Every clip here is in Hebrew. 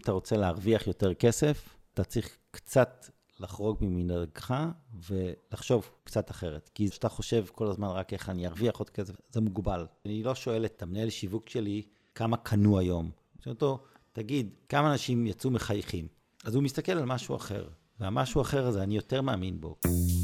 אתה רוצה להרוויח יותר כסף, אתה צריך קצת לחרוג ממנהגך ולחשוב קצת אחרת. כי כשאתה חושב כל הזמן רק איך אני ארוויח עוד כסף, זה מוגבל. אני לא שואל את המנהל שיווק שלי כמה קנו היום. שואל אותו, תגיד, כמה אנשים יצאו מחייכים? אז הוא מסתכל על משהו אחר, והמשהו אחר הזה אני יותר מאמין בו.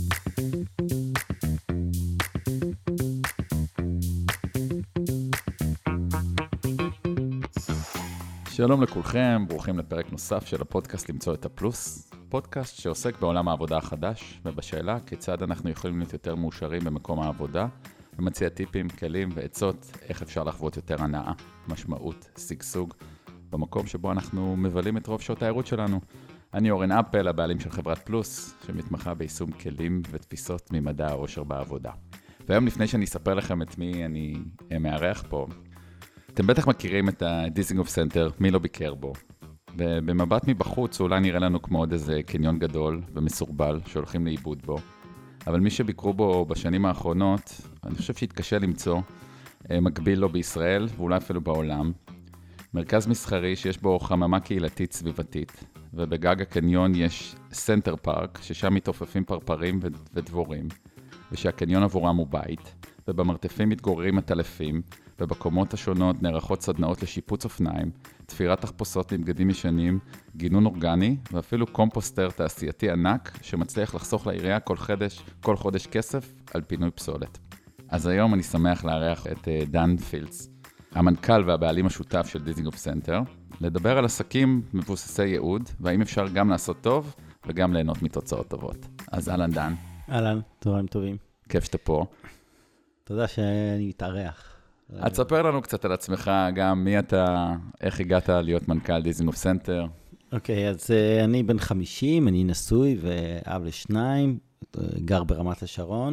שלום לכולכם, ברוכים לפרק נוסף של הפודקאסט למצוא את הפלוס, פודקאסט שעוסק בעולם העבודה החדש ובשאלה כיצד אנחנו יכולים להיות יותר מאושרים במקום העבודה, ומציע טיפים, כלים ועצות איך אפשר לחוות יותר הנאה, משמעות, שגשוג, במקום שבו אנחנו מבלים את רוב שעות העירות שלנו. אני אורן אפל, הבעלים של חברת פלוס, שמתמחה ביישום כלים ותפיסות ממדע האושר בעבודה. והיום לפני שאני אספר לכם את מי אני מארח פה, אתם בטח מכירים את הדיזינגוף סנטר, מי לא ביקר בו. ובמבט מבחוץ אולי נראה לנו כמו עוד איזה קניון גדול ומסורבל שהולכים לאיבוד בו. אבל מי שביקרו בו בשנים האחרונות, אני חושב שהתקשה למצוא מקביל לו בישראל ואולי אפילו בעולם. מרכז מסחרי שיש בו חממה קהילתית סביבתית, ובגג הקניון יש סנטר פארק, ששם מתעופפים פרפרים ודבורים, ושהקניון עבורם הוא בית, ובמרתפים מתגוררים הטלפים, ובקומות השונות נערכות סדנאות לשיפוץ אופניים, תפירת תחפושות מבגדים ישנים, גינון אורגני, ואפילו קומפוסטר תעשייתי ענק, שמצליח לחסוך לעירייה כל חודש כסף על פינוי פסולת. אז היום אני שמח לארח את דן פילץ, המנכ"ל והבעלים השותף של דיזינגוף סנטר, לדבר על עסקים מבוססי ייעוד, והאם אפשר גם לעשות טוב וגם ליהנות מתוצאות טובות. אז אהלן דן. אהלן, טובים טובים. כיף שאתה פה. תודה שאני מתארח. אז תספר לנו קצת על עצמך, גם מי אתה, איך הגעת להיות מנכ"ל דיזינגוף סנטר. אוקיי, אז אני בן 50, אני נשוי ואב לשניים, גר ברמת השרון.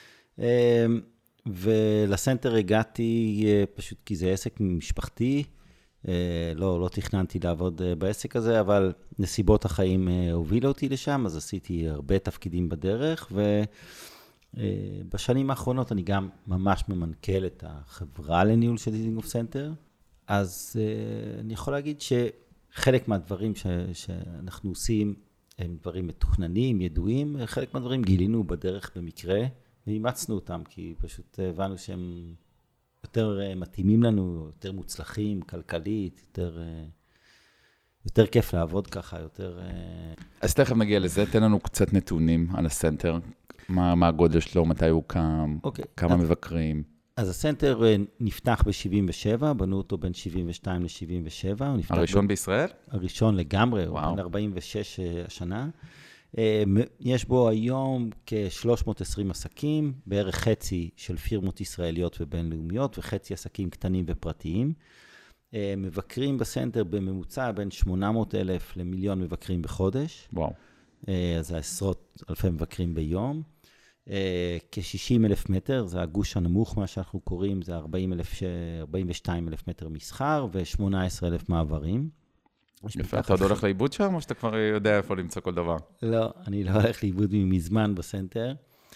ולסנטר הגעתי פשוט כי זה עסק משפחתי, לא תכננתי לעבוד בעסק הזה, אבל נסיבות החיים הובילו אותי לשם, אז עשיתי הרבה תפקידים בדרך, ובשנים האחרונות אני גם ממש ממנכ"ל את החברה לניהול של דיזינגוף סנטר, אז אני יכול להגיד שחלק מהדברים שאנחנו עושים הם דברים מתוכננים, ידועים, חלק מהדברים גילינו בדרך במקרה, ואימצנו אותם, כי פשוט הבנו שהם יותר מתאימים לנו, יותר מוצלחים, כלכלית, יותר כיף לעבוד ככה, יותר... אז תכף נגיע לזה, תן לנו קצת נתונים על הסנטר, מה הגודל שלו, מתי הוא קם, כמה מבקרים. אז הסנטר נפתח ב-77, בנו אותו בין 72 ל-77. הראשון בישראל? הראשון לגמרי, הוא בין 46 השנה. יש בו היום כ-320 עסקים, בערך חצי של פירמות ישראליות ובינלאומיות, וחצי עסקים קטנים ופרטיים. מבקרים בסנטר בממוצע בין 800,000 למיליון מבקרים בחודש. וואו. אז זה עשרות אלפי מבקרים ביום. כ-60,000 מטר, זה הגוש הנמוך מה שאנחנו קוראים, זה 42,000 מטר מסחר ו-18,000 מעברים. יפה, אתה עוד הולך לאיבוד שם, או שאתה כבר יודע איפה למצוא כל דבר? לא, אני לא הולך לאיבוד מזמן בסנטר,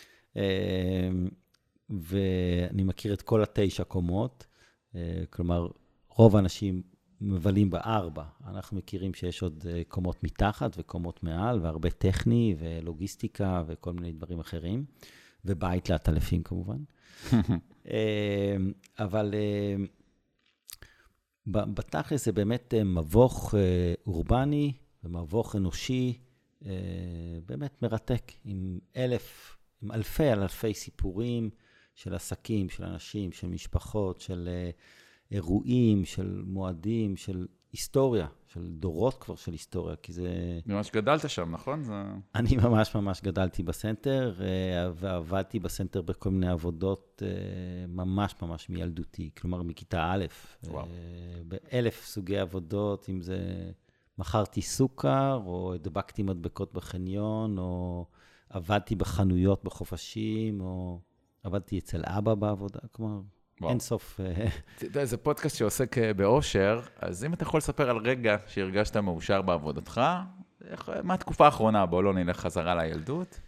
ואני מכיר את כל 9 קומות, כלומר, רוב האנשים מבלים ב4, אנחנו מכירים שיש עוד קומות מתחת וקומות מעל, והרבה טכני ולוגיסטיקה וכל מיני דברים אחרים, ובית לעטלפים כמובן. אבל... בתכלס זה באמת מבוך אורבני ומבוך אנושי, באמת מרתק, עם אלפי סיפורים של עסקים, של אנשים, של משפחות, של אירועים, של מועדים, של היסטוריה, של דורות כבר של היסטוריה, כי זה... ממש גדלת שם, נכון? אני ממש גדלתי בסנטר, ועבדתי בסנטר בכל מיני עבודות ממש מילדותי, כלומר מכיתה א', באלף סוגי עבודות, אם זה מכרתי סוכר, או הדבקתי מדבקות בחניון, או עבדתי בחנויות בחופשים, או עבדתי אצל אבא בעבודה, כלומר... אין סוף. זה פודקאסט שעוסק באושר, אז אם אתה יכול לספר על רגע שהרגשת מאושר בעבודתך, מה התקופה האחרונה? בואו לא נלך חזרה לילדות.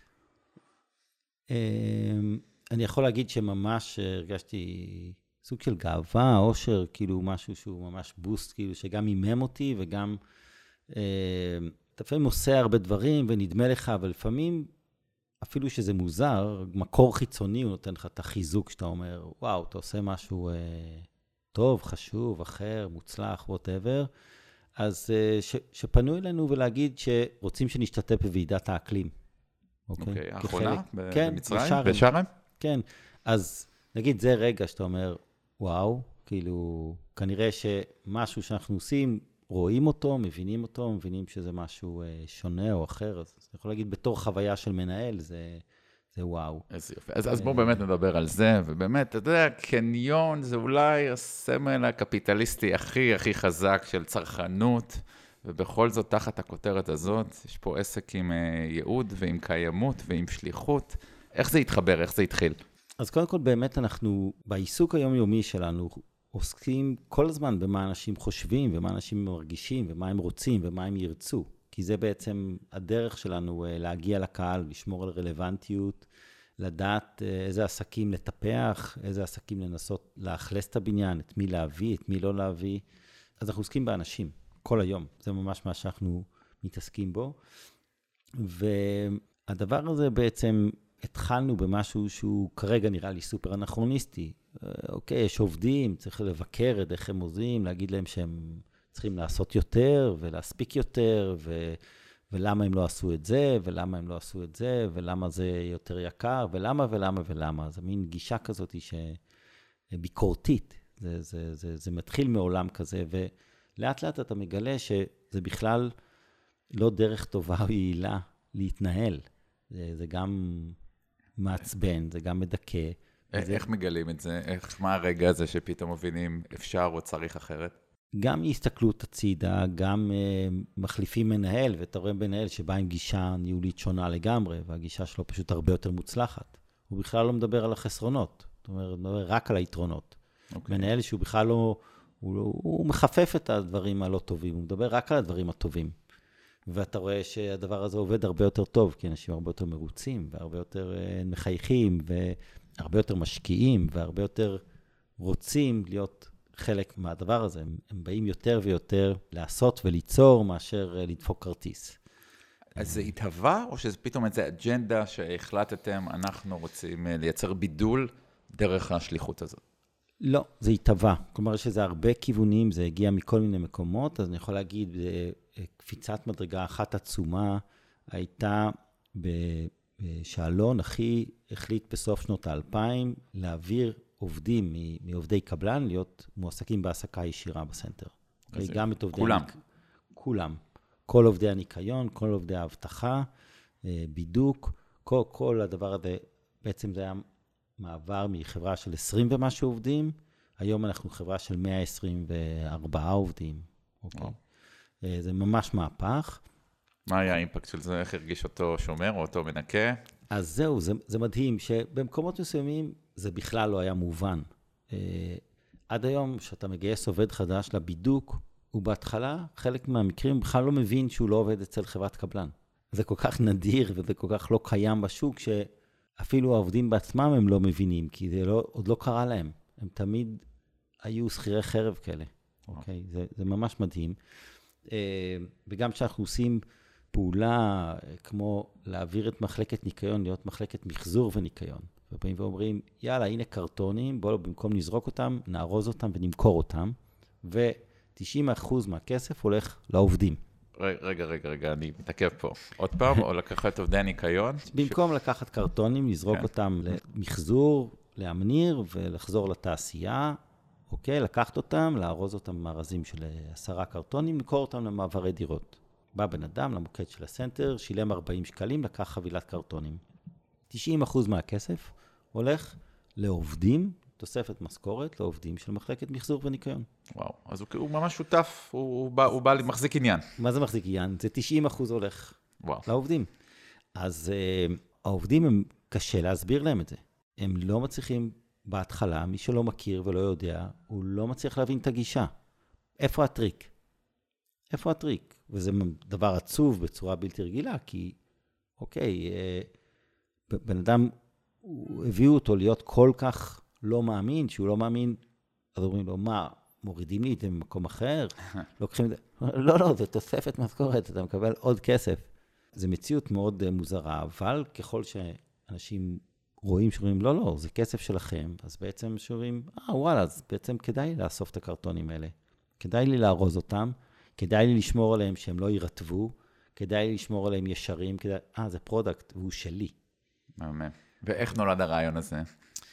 אני יכול להגיד שממש הרגשתי סוג של גאווה, אושר, כאילו משהו שהוא ממש בוסט, כאילו שגם אימם אותי וגם אתה לפעמים עושה הרבה דברים ונדמה לך, אבל לפעמים, אפילו שזה מוזר, מקור חיצוני הוא נותן לך את החיזוק שאתה אומר, וואו, אתה עושה משהו טוב, חשוב, אחר, מוצלח, whatever. אז שפנו אלינו ולהגיד שרוצים שנשתתף בוועידת האקלים. אוקיי, האחרונה? כן, במצרים? בשארם? כן, אז נגיד זה רגע שאתה אומר, וואו, כאילו, כנראה שמשהו שאנחנו עושים, רואים אותו, מבינים שזה משהו שונה או אחר, אז אני יכול להגיד, בתור חוויה של מנהל, זה וואו. איזה יופי. אז בואו באמת נדבר על זה, ובאמת, אתה יודע, קניון זה אולי הסמל הקפיטליסטי הכי חזק של צרכנות, ובכל זאת, תחת הכותרת הזאת, יש פה עסק עם ייעוד ועם קיימות ועם שליחות. איך זה התחבר? איך זה התחיל? אז קודם כל, באמת אנחנו, בעיסוק היומיומי שלנו, עוסקים כל הזמן במה אנשים חושבים, ומה אנשים מרגישים, ומה הם רוצים, ומה הם ירצו. כי זה בעצם הדרך שלנו להגיע לקהל, לשמור על רלוונטיות, לדעת איזה עסקים לטפח, איזה עסקים לנסות לאכלס את הבניין, את מי להביא, את מי לא להביא. אז אנחנו עוסקים באנשים כל היום. זה ממש מה שאנחנו מתעסקים בו. והדבר הזה בעצם התחלנו במשהו שהוא כרגע נראה לי סופר אנכרוניסטי. אוקיי, יש עובדים, צריך לבקר את איך הם עוזים, להגיד להם שהם צריכים לעשות יותר ולהספיק יותר, ולמה הם לא עשו את זה, ולמה הם לא עשו את זה, ולמה זה יותר יקר, ולמה. זה מין גישה כזאת שביקורתית. זה מתחיל מעולם כזה, ולאט לאט אתה מגלה שזה בכלל לא דרך טובה או יעילה להתנהל. זה גם מעצבן, זה גם מדכא. איך מגלים את זה? מה הרגע הזה שפתאום מבינים אפשר או צריך אחרת? גם הסתכלות הצידה, גם מחליפים מנהל, ואתה רואה מנהל שבא עם גישה ניהולית שונה לגמרי, והגישה שלו פשוט הרבה יותר מוצלחת. הוא בכלל לא מדבר על החסרונות, זאת אומרת, הוא מדבר רק על היתרונות. מנהל שהוא בכלל לא, הוא מחפף את הדברים הלא טובים, הוא מדבר רק על הדברים הטובים. ואתה רואה שהדבר הזה עובד הרבה יותר טוב, כי אנשים הרבה יותר מרוצים, והרבה יותר מחייכים, והרבה יותר משקיעים, והרבה יותר רוצים להיות חלק מהדבר הזה. הם באים יותר ויותר לעשות וליצור מאשר לדפוק כרטיס. אז זה התהווה, או שזה פתאום איזו אג'נדה שהחלטתם, אנחנו רוצים לייצר בידול דרך השליחות הזאת? לא, זה התהווה. כלומר, יש איזה הרבה כיוונים, זה הגיע מכל מיני מקומות, אז אני יכול להגיד, קפיצת מדרגה אחת עצומה הייתה שאלון אחי החליט בסוף שנות ה-2000 להעביר עובדים מעובדי קבלן להיות מועסקים בהעסקה ישירה בסנטר. גם את עובדי... כולם. כל עובדי הניקיון, כל עובדי האבטחה, בידוק, כל הדבר הזה, בעצם זה היה מעבר מחברה של 20 ומשהו עובדים, היום אנחנו חברה של 124 עובדים. אוקיי. זה ממש מהפך. מה היה האימפקט של זה? איך הרגיש אותו שומר או אותו מנקה? אז זהו, זה מדהים שבמקומות מסוימים זה בכלל לא היה מובן. עד היום שאתה מגייס עובד חדש לבידוק, ובהתחלה חלק מהמקרים בכלל לא מבין שהוא לא עובד אצל חברת קבלן. זה כל כך נדיר וזה כל כך לא קיים בשוק, שאפילו העובדים בעצמם הם לא מבינים, כי זה עוד לא קרה להם. הם תמיד היו שכירי חרב כאלה. אוקיי? זה ממש מדהים. וגם כשאנחנו עושים פעולה כמו להעביר את מחלקת ניקיון, להיות מחלקת מחזור וניקיון. ובאים ואומרים, יאללה, הנה קרטונים, בואו במקום לזרוק אותם, נארוז אותם ונמכור אותם, ו-90% מהכסף הולך לעובדים. רגע, אני מתעכב פה. עוד פעם, או לקחת עובדי הניקיון? במקום לקחת קרטונים, לזרוק אותם למחזור, להמניר ולחזור לתעשייה, אוקיי, לקחת אותם, לארוז אותם במארזים של 10 קרטונים, למכור אותם למעברי דירות. בא בן אדם למוקד של הסנטר, שילם 40 שקלים, לקח חבילת קרטונים. 90% מהכסף הולך לעובדים, תוספת משכורת לעובדים של מחלקת מחזור וניקיון. וואו, אז הוא ממש שותף, הוא בא מחזיק עניין. מה זה מחזיק עניין? זה 90% הולך לעובדים. אז העובדים הם קשה להסביר להם את זה. הם לא מצליחים בהתחלה, מי שלא מכיר ולא יודע, הוא לא מצליח להבין את הגישה. איפה הטריק? איפה הטריק? וזה דבר עצוב בצורה בלתי רגילה, כי, אוקיי, בן אדם, הביאו אותו להיות כל כך לא מאמין, שהוא לא מאמין, אז אומרים לו, מה, מורידים לי את זה ממקום אחר, לוקחים את זה, לא, זה תוספת משכורת, אתה מקבל עוד כסף. זו מציאות מאוד מוזרה, אבל ככל שאנשים שאומרים, לא, זה כסף שלכם, אז בעצם שאומרים, וואלה, אז בעצם כדאי לי לאסוף את הקרטונים האלה. כדאי לי לארוז אותם, כדאי לי לשמור עליהם שהם לא יירטבו, כדאי לי לשמור עליהם ישרים, זה פרודקט, והוא שלי. מאמן. ואיך נולד הרעיון הזה?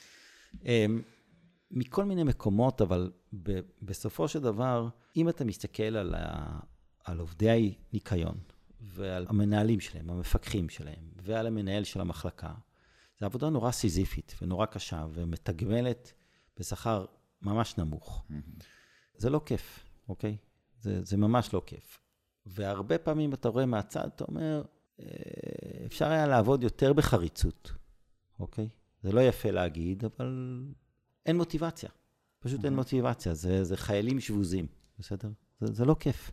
מכל מיני מקומות, אבל בסופו של דבר, אם אתה מסתכל על עובדי ניקיון, ועל המנהלים שלהם, המפקחים שלהם, ועל המנהל של המחלקה, זו עבודה נורא סיזיפית ונורא קשה, ומתגמלת בשכר ממש נמוך. זה לא כיף, אוקיי? זה ממש לא כיף. והרבה פעמים אתה רואה מהצד, אתה אומר, אפשר היה לעבוד יותר בחריצות, אוקיי? זה לא יפה להגיד, אבל אין מוטיבציה. פשוט אין מוטיבציה. זה חיילים שבוזים, בסדר? זה לא כיף.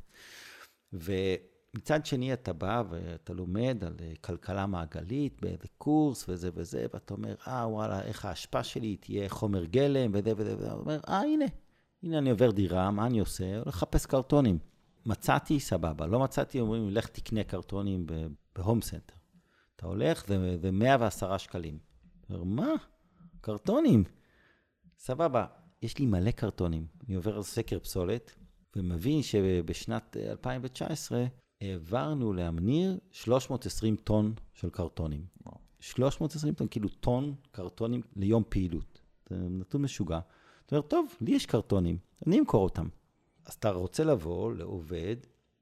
ומצד שני אתה בא ואתה לומד על כלכלה מעגלית, באיזה קורס וזה וזה, ואתה אומר, וואלה, איך ההשפעה שלי תהיה חומר גלם וזה וזה, ואתה אומר, הנה אני עובר דירה, מה אני עושה? לחפש קרטונים. מצאתי, סבבה. לא מצאתי, אומרים, לך תקנה קרטונים בהום סנטר. אתה הולך, זה 110 שקלים. אומר, מה? קרטונים? סבבה. יש לי מלא קרטונים. אני עובר על סקר פסולת, ומבין שבשנת 2019 העברנו להמניר 320 טון של קרטונים. 320 טון, כאילו טון קרטונים ליום פעילות. זה נתון משוגע. אתה אומר, טוב, לי יש קרטונים, אני אמכור אותם. אז אתה רוצה לבוא לעובד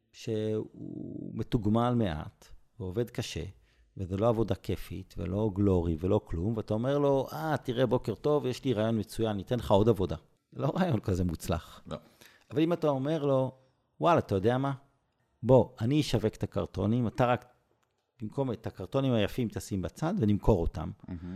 שהוא מתוגמל מעט, ועובד קשה, וזה לא עבודה כיפית, ולא גלורי, ולא כלום, ואתה אומר לו, תראה, בוקר טוב, יש לי רעיון מצוין, ניתן לך עוד עבודה. לא רעיון כזה מוצלח. לא. אבל אם אתה אומר לו, וואלה, אתה יודע מה? בוא, אני אשווק את הקרטונים, אתה רק, במקום את הקרטונים היפים תשים בצד, ונמכור אותם.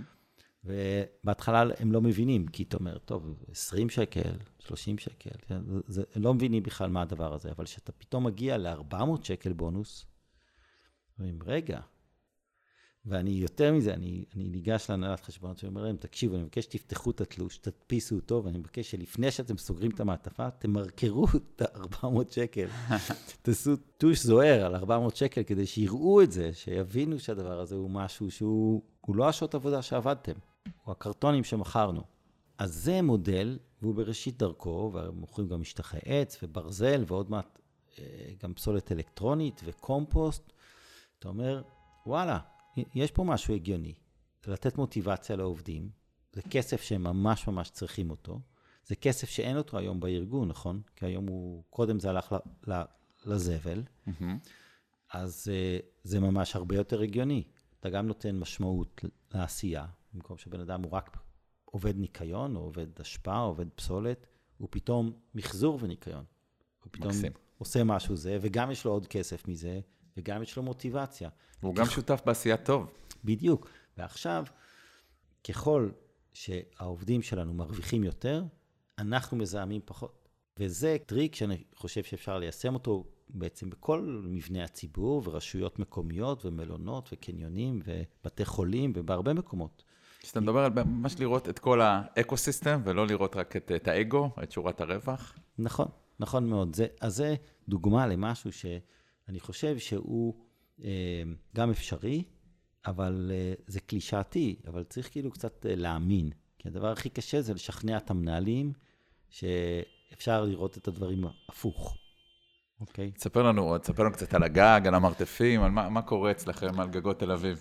ובהתחלה הם לא מבינים, כי אתה אומר, טוב, 20 שקל, 30 שקל, הם לא מבינים בכלל מה הדבר הזה, אבל כשאתה פתאום מגיע ל-400 שקל בונוס, אומרים, רגע, ואני יותר מזה, אני ניגש להנהלת חשבונות, ואומר להם, תקשיבו, אני מבקש שתפתחו את התלוש, תדפיסו אותו, ואני מבקש שלפני שאתם סוגרים את המעטפה, תמרקרו את ה-400 שקל, תעשו טוש זוהר על 400 שקל, כדי שיראו את זה, שיבינו שהדבר הזה הוא משהו שהוא לא השעות עבודה שעבדתם, הוא הקרטונים שמכרנו. אז זה מודל, והוא בראשית דרכו, ומוכרים גם משטחי עץ וברזל, ועוד מעט גם פסולת אלקטרונית וקומפוסט. אתה אומר, וואלה, יש פה משהו הגיוני. לתת מוטיבציה לעובדים, זה כסף שהם ממש ממש צריכים אותו, זה כסף שאין אותו היום בארגון, נכון? כי היום קודם זה הלך לזבל, אז זה ממש הרבה יותר הגיוני. אתה גם נותן משמעות לעשייה, במקום שבן אדם הוא רק עובד ניקיון, או עובד השפעה, או עובד פסולת, הוא פתאום מחזור וניקיון. הוא פתאום עושה משהו זה, וגם יש לו עוד כסף מזה, וגם יש לו מוטיבציה. הוא גם שותף בעשייה טוב. בדיוק. ועכשיו, ככל שהעובדים שלנו מרוויחים יותר, אנחנו מזהמים פחות. וזה טריק שאני חושב שאפשר ליישם אותו בעצם בכל מבני הציבור, ורשויות מקומיות, ומלונות, וקניונים, ובתי חולים, ובהרבה מקומות. כשאתה מדבר על ממש לראות את כל האקוסיסטם, ולא לראות רק את האגו, את שורת הרווח. נכון, נכון מאוד. אז זה דוגמה למשהו שאני חושב שהוא גם אפשרי, אבל זה קלישאתי, אבל צריך כאילו קצת להאמין. כי הדבר הכי קשה זה לשכנע את המנהלים שאפשר לראות את הדברים הפוך. אוקיי? תספר לנו קצת על הגג, על המרתפים, על מה קורה אצלכם על גגות תל אביב.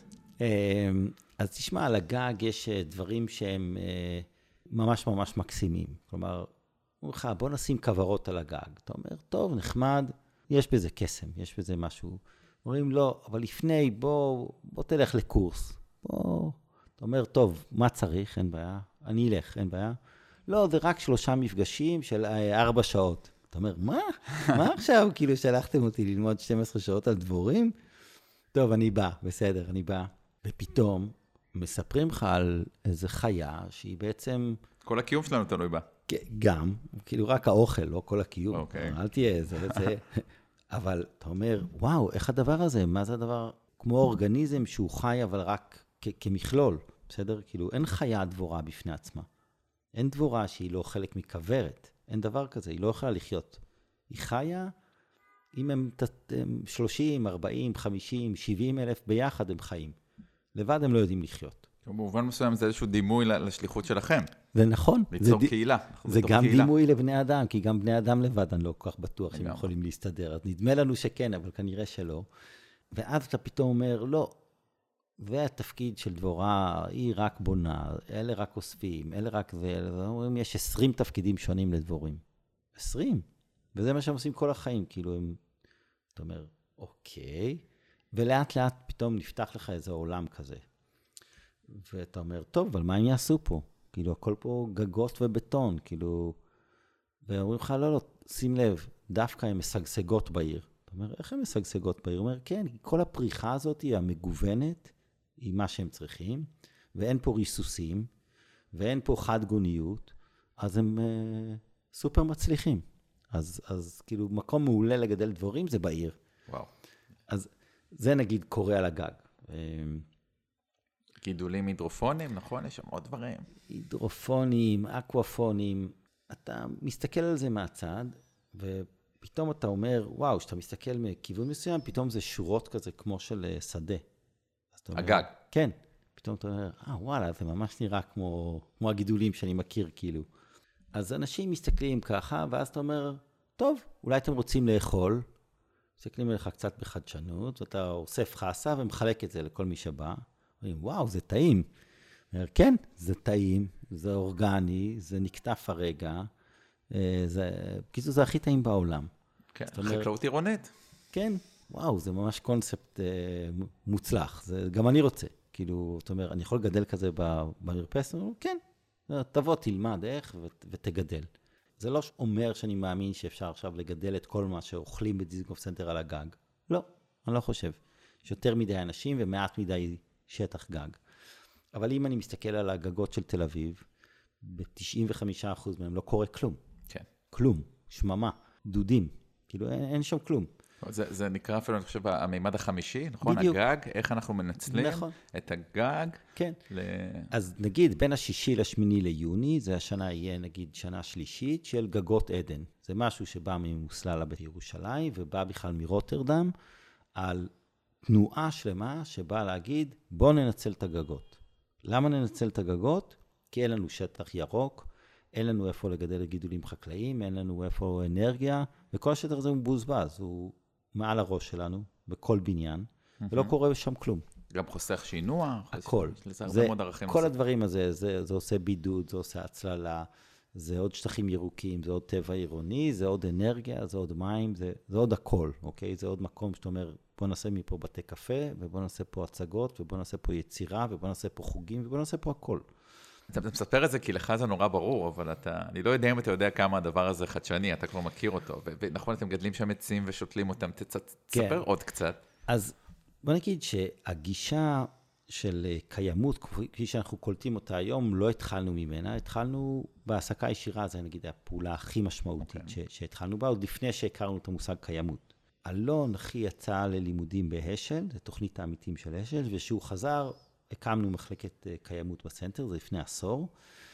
אז תשמע, על הגג יש דברים שהם ממש ממש מקסימים. כלומר, בוא נשים כוורות על הגג. אתה אומר, טוב, נחמד, יש בזה קסם, יש בזה משהו. אומרים, לא, אבל לפני, בוא תלך לקורס. אתה אומר, טוב, מה צריך? אין בעיה. אני אלך, אין בעיה. לא, זה רק 3 מפגשים של 4 שעות. אתה אומר, מה? מה עכשיו? כאילו שלחתם אותי ללמוד 12 שעות על דבורים? טוב, אני בא, בסדר, אני בא. ופתאום מספרים לך על איזו חיה שהיא בעצם... כל הקיום שלנו תלוי בה. גם, כאילו רק האוכל, לא כל הקיום. אוקיי. אל תהיה זה. אבל אתה אומר, וואו, איך הדבר הזה? מה זה הדבר? כמו אורגניזם שהוא חי, אבל רק כמכלול, בסדר? כאילו, אין חיה דבורה בפני עצמה. אין דבורה שהיא לא חלק מכוורת. אין דבר כזה, היא לא יכולה לחיות. היא חיה, אם הם 30, 40, 50, 70 אלף ביחד הם חיים. לבד הם לא יודעים לחיות. במובן מסוים זה איזשהו דימוי לשליחות שלכם. זה נכון. ליצור קהילה. זה גם דימוי לבני אדם, כי גם בני אדם לבד אני לא כל כך בטוח שהם יכולים להסתדר. אז נדמה לנו שכן, אבל כנראה שלא. ואז אתה פתאום אומר, לא, והתפקיד של דבורה, היא רק בונה, אלה רק אוספים, אלה רק זה, אומרים, יש 20 תפקידים שונים לדבורים. 20. וזה מה שהם עושים כל החיים, כאילו הם, אתה אומר, אוקיי, ולאט לאט פתאום נפתח לך איזה עולם כזה. ואתה אומר, טוב, אבל מה הם יעשו פה? כאילו, הכל פה גגות ובטון, כאילו, ואומרים לך, לא, שים לב, דווקא הן משגשגות בעיר. אתה אומר, איך הן משגשגות בעיר? הוא אומר, כן, כל הפריחה הזאת היא המגוונת, היא מה שהם צריכים, ואין פה ריסוסים, ואין פה חד גוניות, אז הם סופר מצליחים. אז כאילו, מקום מעולה לגדל דבורים זה בעיר. וואו. אז זה נגיד קורה על הגג. גידולים הידרופונים, נכון? יש שם עוד דברים. הידרופונים, אקוואפונים, אתה מסתכל על זה מהצד, ופתאום אתה אומר, וואו, שאתה מסתכל מכיוון מסוים, פתאום זה שורות כזה כמו של שדה. הגג. כן. פתאום אתה אומר, וואלה, זה ממש נראה כמו הגידולים שאני מכיר, כאילו. אז אנשים מסתכלים ככה, ואז אתה אומר, טוב, אולי אתם רוצים לאכול, מסתכלים עליך קצת בחדשנות, ואתה אוסף חסה ומחלק את זה לכל מי שבא. אומרים, וואו, זה טעים. אומר, כן, זה טעים, זה אורגני, זה נקטף הרגע, בקיצור, זה הכי טעים בעולם. כן, חקלאות עירונית. כן, וואו, זה ממש קונספט מוצלח, גם אני רוצה. כאילו, אתה אומר, אני יכול לגדל כזה במרפסת? כן, תבוא, תלמד איך ותגדל. זה לא אומר שאני מאמין שאפשר עכשיו לגדל את כל מה שאוכלים בדיזינגוף סנטר על הגג. לא, אני לא חושב. יש יותר מדי אנשים ומעט מדי שטח גג. אבל אם אני מסתכל על הגגות של תל אביב, ב-95% מהם לא קורה כלום. כן. כלום, שממה, דודים. כאילו אין שם כלום. זה נקרא אפילו, אני חושב, המימד החמישי, נכון? בדיוק. הגג, איך אנחנו מנצלים נכון. את הגג. כן. אז נגיד, בין השישי לשמיני ליוני, זה השנה יהיה נגיד שנה שלישית של גגות עדן. זה משהו שבא ממוסללה בירושלים, ובא בכלל מרוטרדם, על תנועה שלמה שבאה להגיד, בוא ננצל את הגגות. למה ננצל את הגגות? כי אין לנו שטח ירוק, אין לנו איפה לגדל גידולים חקלאיים, אין לנו איפה אנרגיה, וכל השטח הזה הוא מבוזבז, הוא מעל הראש שלנו, בכל בניין, ולא קורה שם כלום. גם חוסך שינוע. הכל. כל הדברים הזה, זה עושה בידוד, זה עושה הצללה, זה עוד שטחים ירוקים, זה עוד טבע עירוני, זה עוד אנרגיה, זה עוד מים, זה עוד הכל, אוקיי? זה עוד מקום שאתה אומר, בוא נעשה מפה בתי קפה, ובוא נעשה פה הצגות, ובוא נעשה פה יצירה, ובוא נעשה פה חוגים, ובוא נעשה פה הכל. אתה מספר את זה כי לך זה נורא ברור, אבל אני לא יודע אם אתה יודע כמה הדבר הזה חדשני, אתה כבר מכיר אותו, ונכון, אתם גדלים שם עצים ושותלים אותם, תספר עוד קצת. אז בוא נגיד שהגישה של קיימות, כפי שאנחנו קולטים אותה היום, לא התחלנו ממנה, התחלנו בהעסקה ישירה, זה נגיד הפעולה הכי משמעותית שהתחלנו בה, עוד לפני שהכרנו את המושג קיימות. אלון אחי יצא ללימודים בהשל, זה תוכנית העמיתים של השל, ושהוא חזר, הקמנו מחלקת קיימות בסנטר, זה לפני עשור,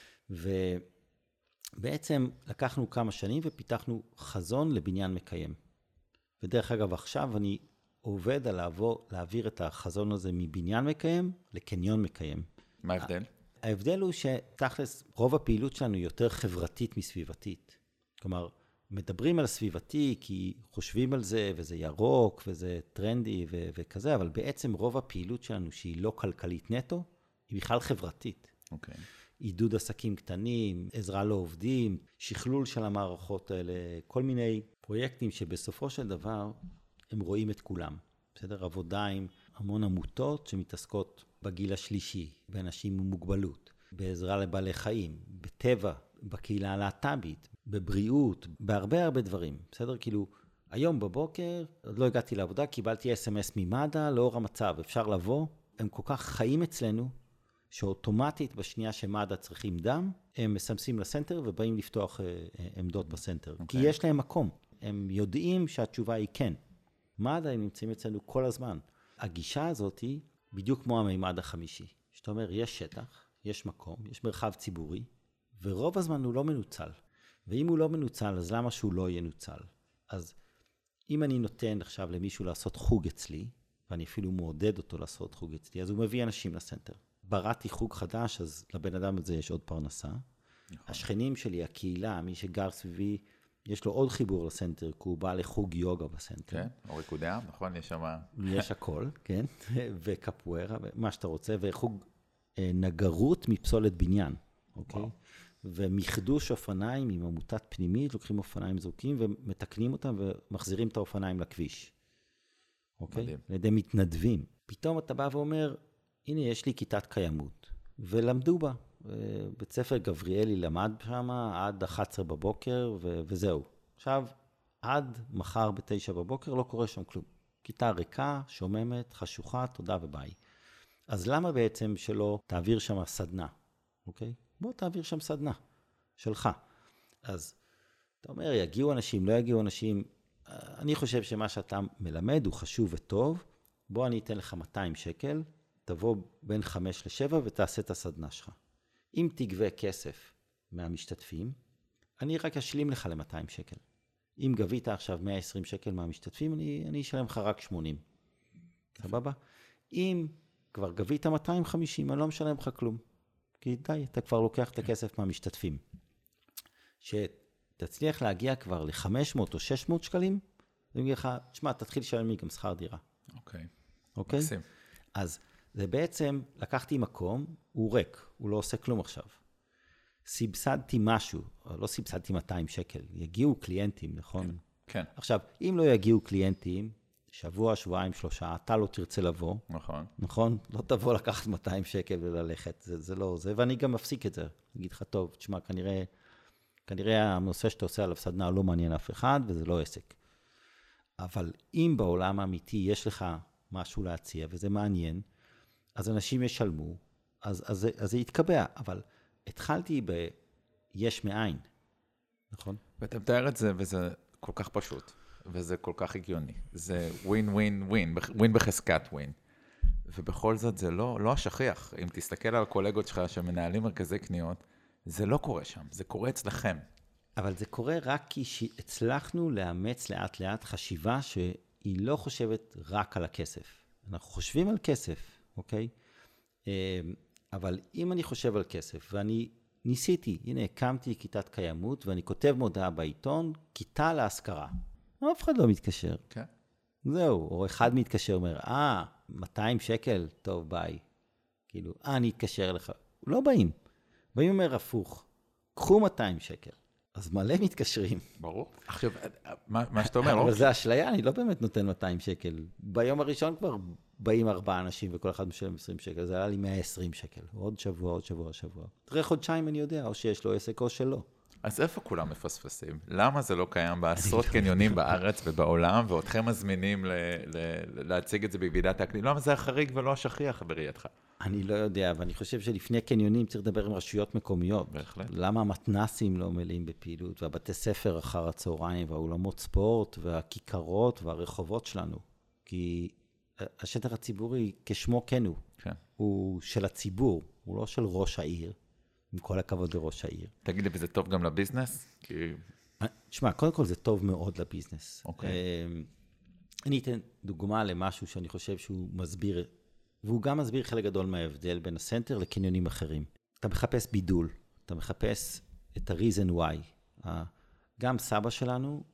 ובעצם לקחנו כמה שנים ופיתחנו חזון לבניין מקיים. ודרך אגב, עכשיו אני עובד על להעביר את החזון הזה מבניין מקיים לקניון מקיים. מה ההבדל? ההבדל הוא שתכלס, רוב הפעילות שלנו היא יותר חברתית מסביבתית. כלומר, מדברים על סביבתי כי חושבים על זה, וזה ירוק, וזה טרנדי וכזה, אבל בעצם רוב הפעילות שלנו שהיא לא כלכלית נטו, היא בכלל חברתית. אוקיי. עידוד עסקים קטנים, עזרה לעובדים, שכלול של המערכות האלה, כל מיני פרויקטים שבסופו של דבר הם רואים את כולם. בסדר? עבודה עם המון עמותות שמתעסקות בגיל השלישי, באנשים עם מוגבלות, בעזרה לבעלי חיים, בטבע, בקהילה הלהט"בית, בבריאות, בהרבה הרבה דברים. בסדר? כאילו, היום בבוקר, עוד לא הגעתי לעבודה, קיבלתי SMS ממד"א, לאור המצב, אפשר לבוא, הם כל כך חיים אצלנו, שאוטומטית בשנייה שמד"א צריכים דם, הם מסמסים לסנטר ובאים לפתוח עמדות בסנטר. Okay. כי יש להם מקום. הם יודעים שהתשובה היא כן. מד"א הם נמצאים אצלנו כל הזמן. הגישה הזאת היא בדיוק כמו המימד החמישי. שאתה אומר, יש שטח, יש מקום, יש מרחב ציבורי, ורוב הזמן הוא לא מנוצל. ואם הוא לא מנוצל, אז למה שהוא לא ינוצל? אז אם אני נותן עכשיו למישהו לעשות חוג אצלי, ואני אפילו מעודד אותו לעשות חוג אצלי, אז הוא מביא אנשים לסנטר. בראתי חוג חדש, אז לבן אדם הזה יש עוד פרנסה. נכון. השכנים שלי, הקהילה, מי שגר סביבי, יש לו עוד חיבור לסנטר, כי הוא בא לחוג יוגה בסנטר. כן, או ריקודי עם, נכון? יש שם... יש הכל, כן, וקפוארה, מה שאתה רוצה, וחוג נגרות מפסולת בניין, אוקיי? וואו. ומחדוש אופניים עם עמותת פנימית, לוקחים אופניים זרוקים ומתקנים אותם ומחזירים את האופניים לכביש. אוקיי? מדהים. על ידי מתנדבים. פתאום אתה בא ואומר, הנה יש לי כיתת קיימות, ולמדו בה. בית ספר גבריאלי למד שם עד 11 בבוקר וזהו. עכשיו, עד מחר ב9 בבוקר לא קורה שם כלום. כיתה ריקה, שוממת, חשוכה, תודה וביי. אז למה בעצם שלא תעביר שם סדנה? אוקיי? בוא תעביר שם סדנה שלך. אז אתה אומר, יגיעו אנשים, לא יגיעו אנשים. אני חושב שמה שאתה מלמד הוא חשוב וטוב. בוא אני אתן לך 200 שקל, תבוא בין 5 ל-7 ותעשה את הסדנה שלך. אם תגבה כסף מהמשתתפים, אני רק אשלים לך ל-200 שקל. אם גבית עכשיו 120 שקל מהמשתתפים, אני אשלם לך רק 80. סבבה? אם כבר גבית 250, אני לא משלם לך כלום. כי די, אתה כבר לוקח את הכסף מהמשתתפים. שתצליח להגיע כבר ל-500 או 600 שקלים, אני אגיד לך, תשמע, תתחיל לשלם לי גם שכר דירה. אוקיי. אוקיי? מקסים. אז זה בעצם, לקחתי מקום, הוא ריק, הוא לא עושה כלום עכשיו. סבסדתי משהו, לא סבסדתי 200 שקל, יגיעו קליינטים, נכון? כן. עכשיו, אם לא יגיעו קליינטים, שבוע, שבועיים, 3, אתה לא תרצה לבוא. נכון. נכון? לא תבוא לקחת 200 שקל וללכת, זה לא זה, ואני גם מפסיק את זה. אני אגיד לך, טוב, תשמע, כנראה הנושא שאתה עושה עליו סדנה לא מעניין אף אחד, וזה לא עסק. אבל אם בעולם האמיתי יש לך משהו להציע, וזה מעניין, אז אנשים ישלמו, אז זה יתקבע. אבל התחלתי ביש מאין, נכון? ואתה מתאר את זה, וזה כל כך פשוט, וזה כל כך הגיוני. זה ווין, ווין, ווין, ווין בחזקת ווין. ובכל זאת זה לא השכיח. אם תסתכל על הקולגות שלך שמנהלים מרכזי קניות, זה לא קורה שם, זה קורה אצלכם. אבל זה קורה רק כי הצלחנו לאמץ לאט לאט חשיבה שהיא לא חושבת רק על הכסף. אנחנו חושבים על כסף, אוקיי? אבל אם אני חושב על כסף, ואני ניסיתי, הנה, הקמתי כיתת קיימות, ואני כותב מודעה בעיתון, כיתה להשכרה. אף אחד לא מתקשר. כן. זהו, או אחד מתקשר, אומר, 200 שקל, טוב, ביי. כאילו, אני אתקשר אליך. לא באים. באים אומר הפוך, קחו 200 שקל. אז מלא מתקשרים. ברור. עכשיו, מה שאתה אומר, אבל זה אשליה, אני לא באמת נותן 200 שקל. ביום הראשון כבר באים 4 אנשים, וכל אחד משלם 20 שקל, זה עלה לי 120 שקל. עוד שבוע, עוד שבוע, שבוע. אחרי חודשיים אני יודע, או שיש לו עסק או שלא. אז איפה כולם מפספסים? למה זה לא קיים בעשרות קניונים בארץ ובעולם, ואותכם מזמינים להציג את זה בוועידת האקלים? למה זה החריג ולא השכיח בראייתך? אני לא יודע, ואני חושב שלפני קניונים צריך לדבר עם רשויות מקומיות. בהחלט. למה המתנסים לא מלאים בפעילות, והבתי ספר אחר הצהריים, והאולמות ספורט, והכיכרות, והרחובות שלנו. כי השטח הציבורי, כשמו כן הוא. כן. הוא של הציבור, הוא לא של ראש העיר. עם כל הכבוד לראש העיר. תגיד לי, וזה טוב גם לביזנס? תשמע, קודם כל זה טוב מאוד לביזנס. אוקיי. אני אתן דוגמה למשהו שאני חושב שהוא מסביר, והוא גם מסביר חלק גדול מההבדל בין הסנטר לקניונים אחרים. אתה מחפש בידול, אתה מחפש את ה-reason why. גם סבא שלנו,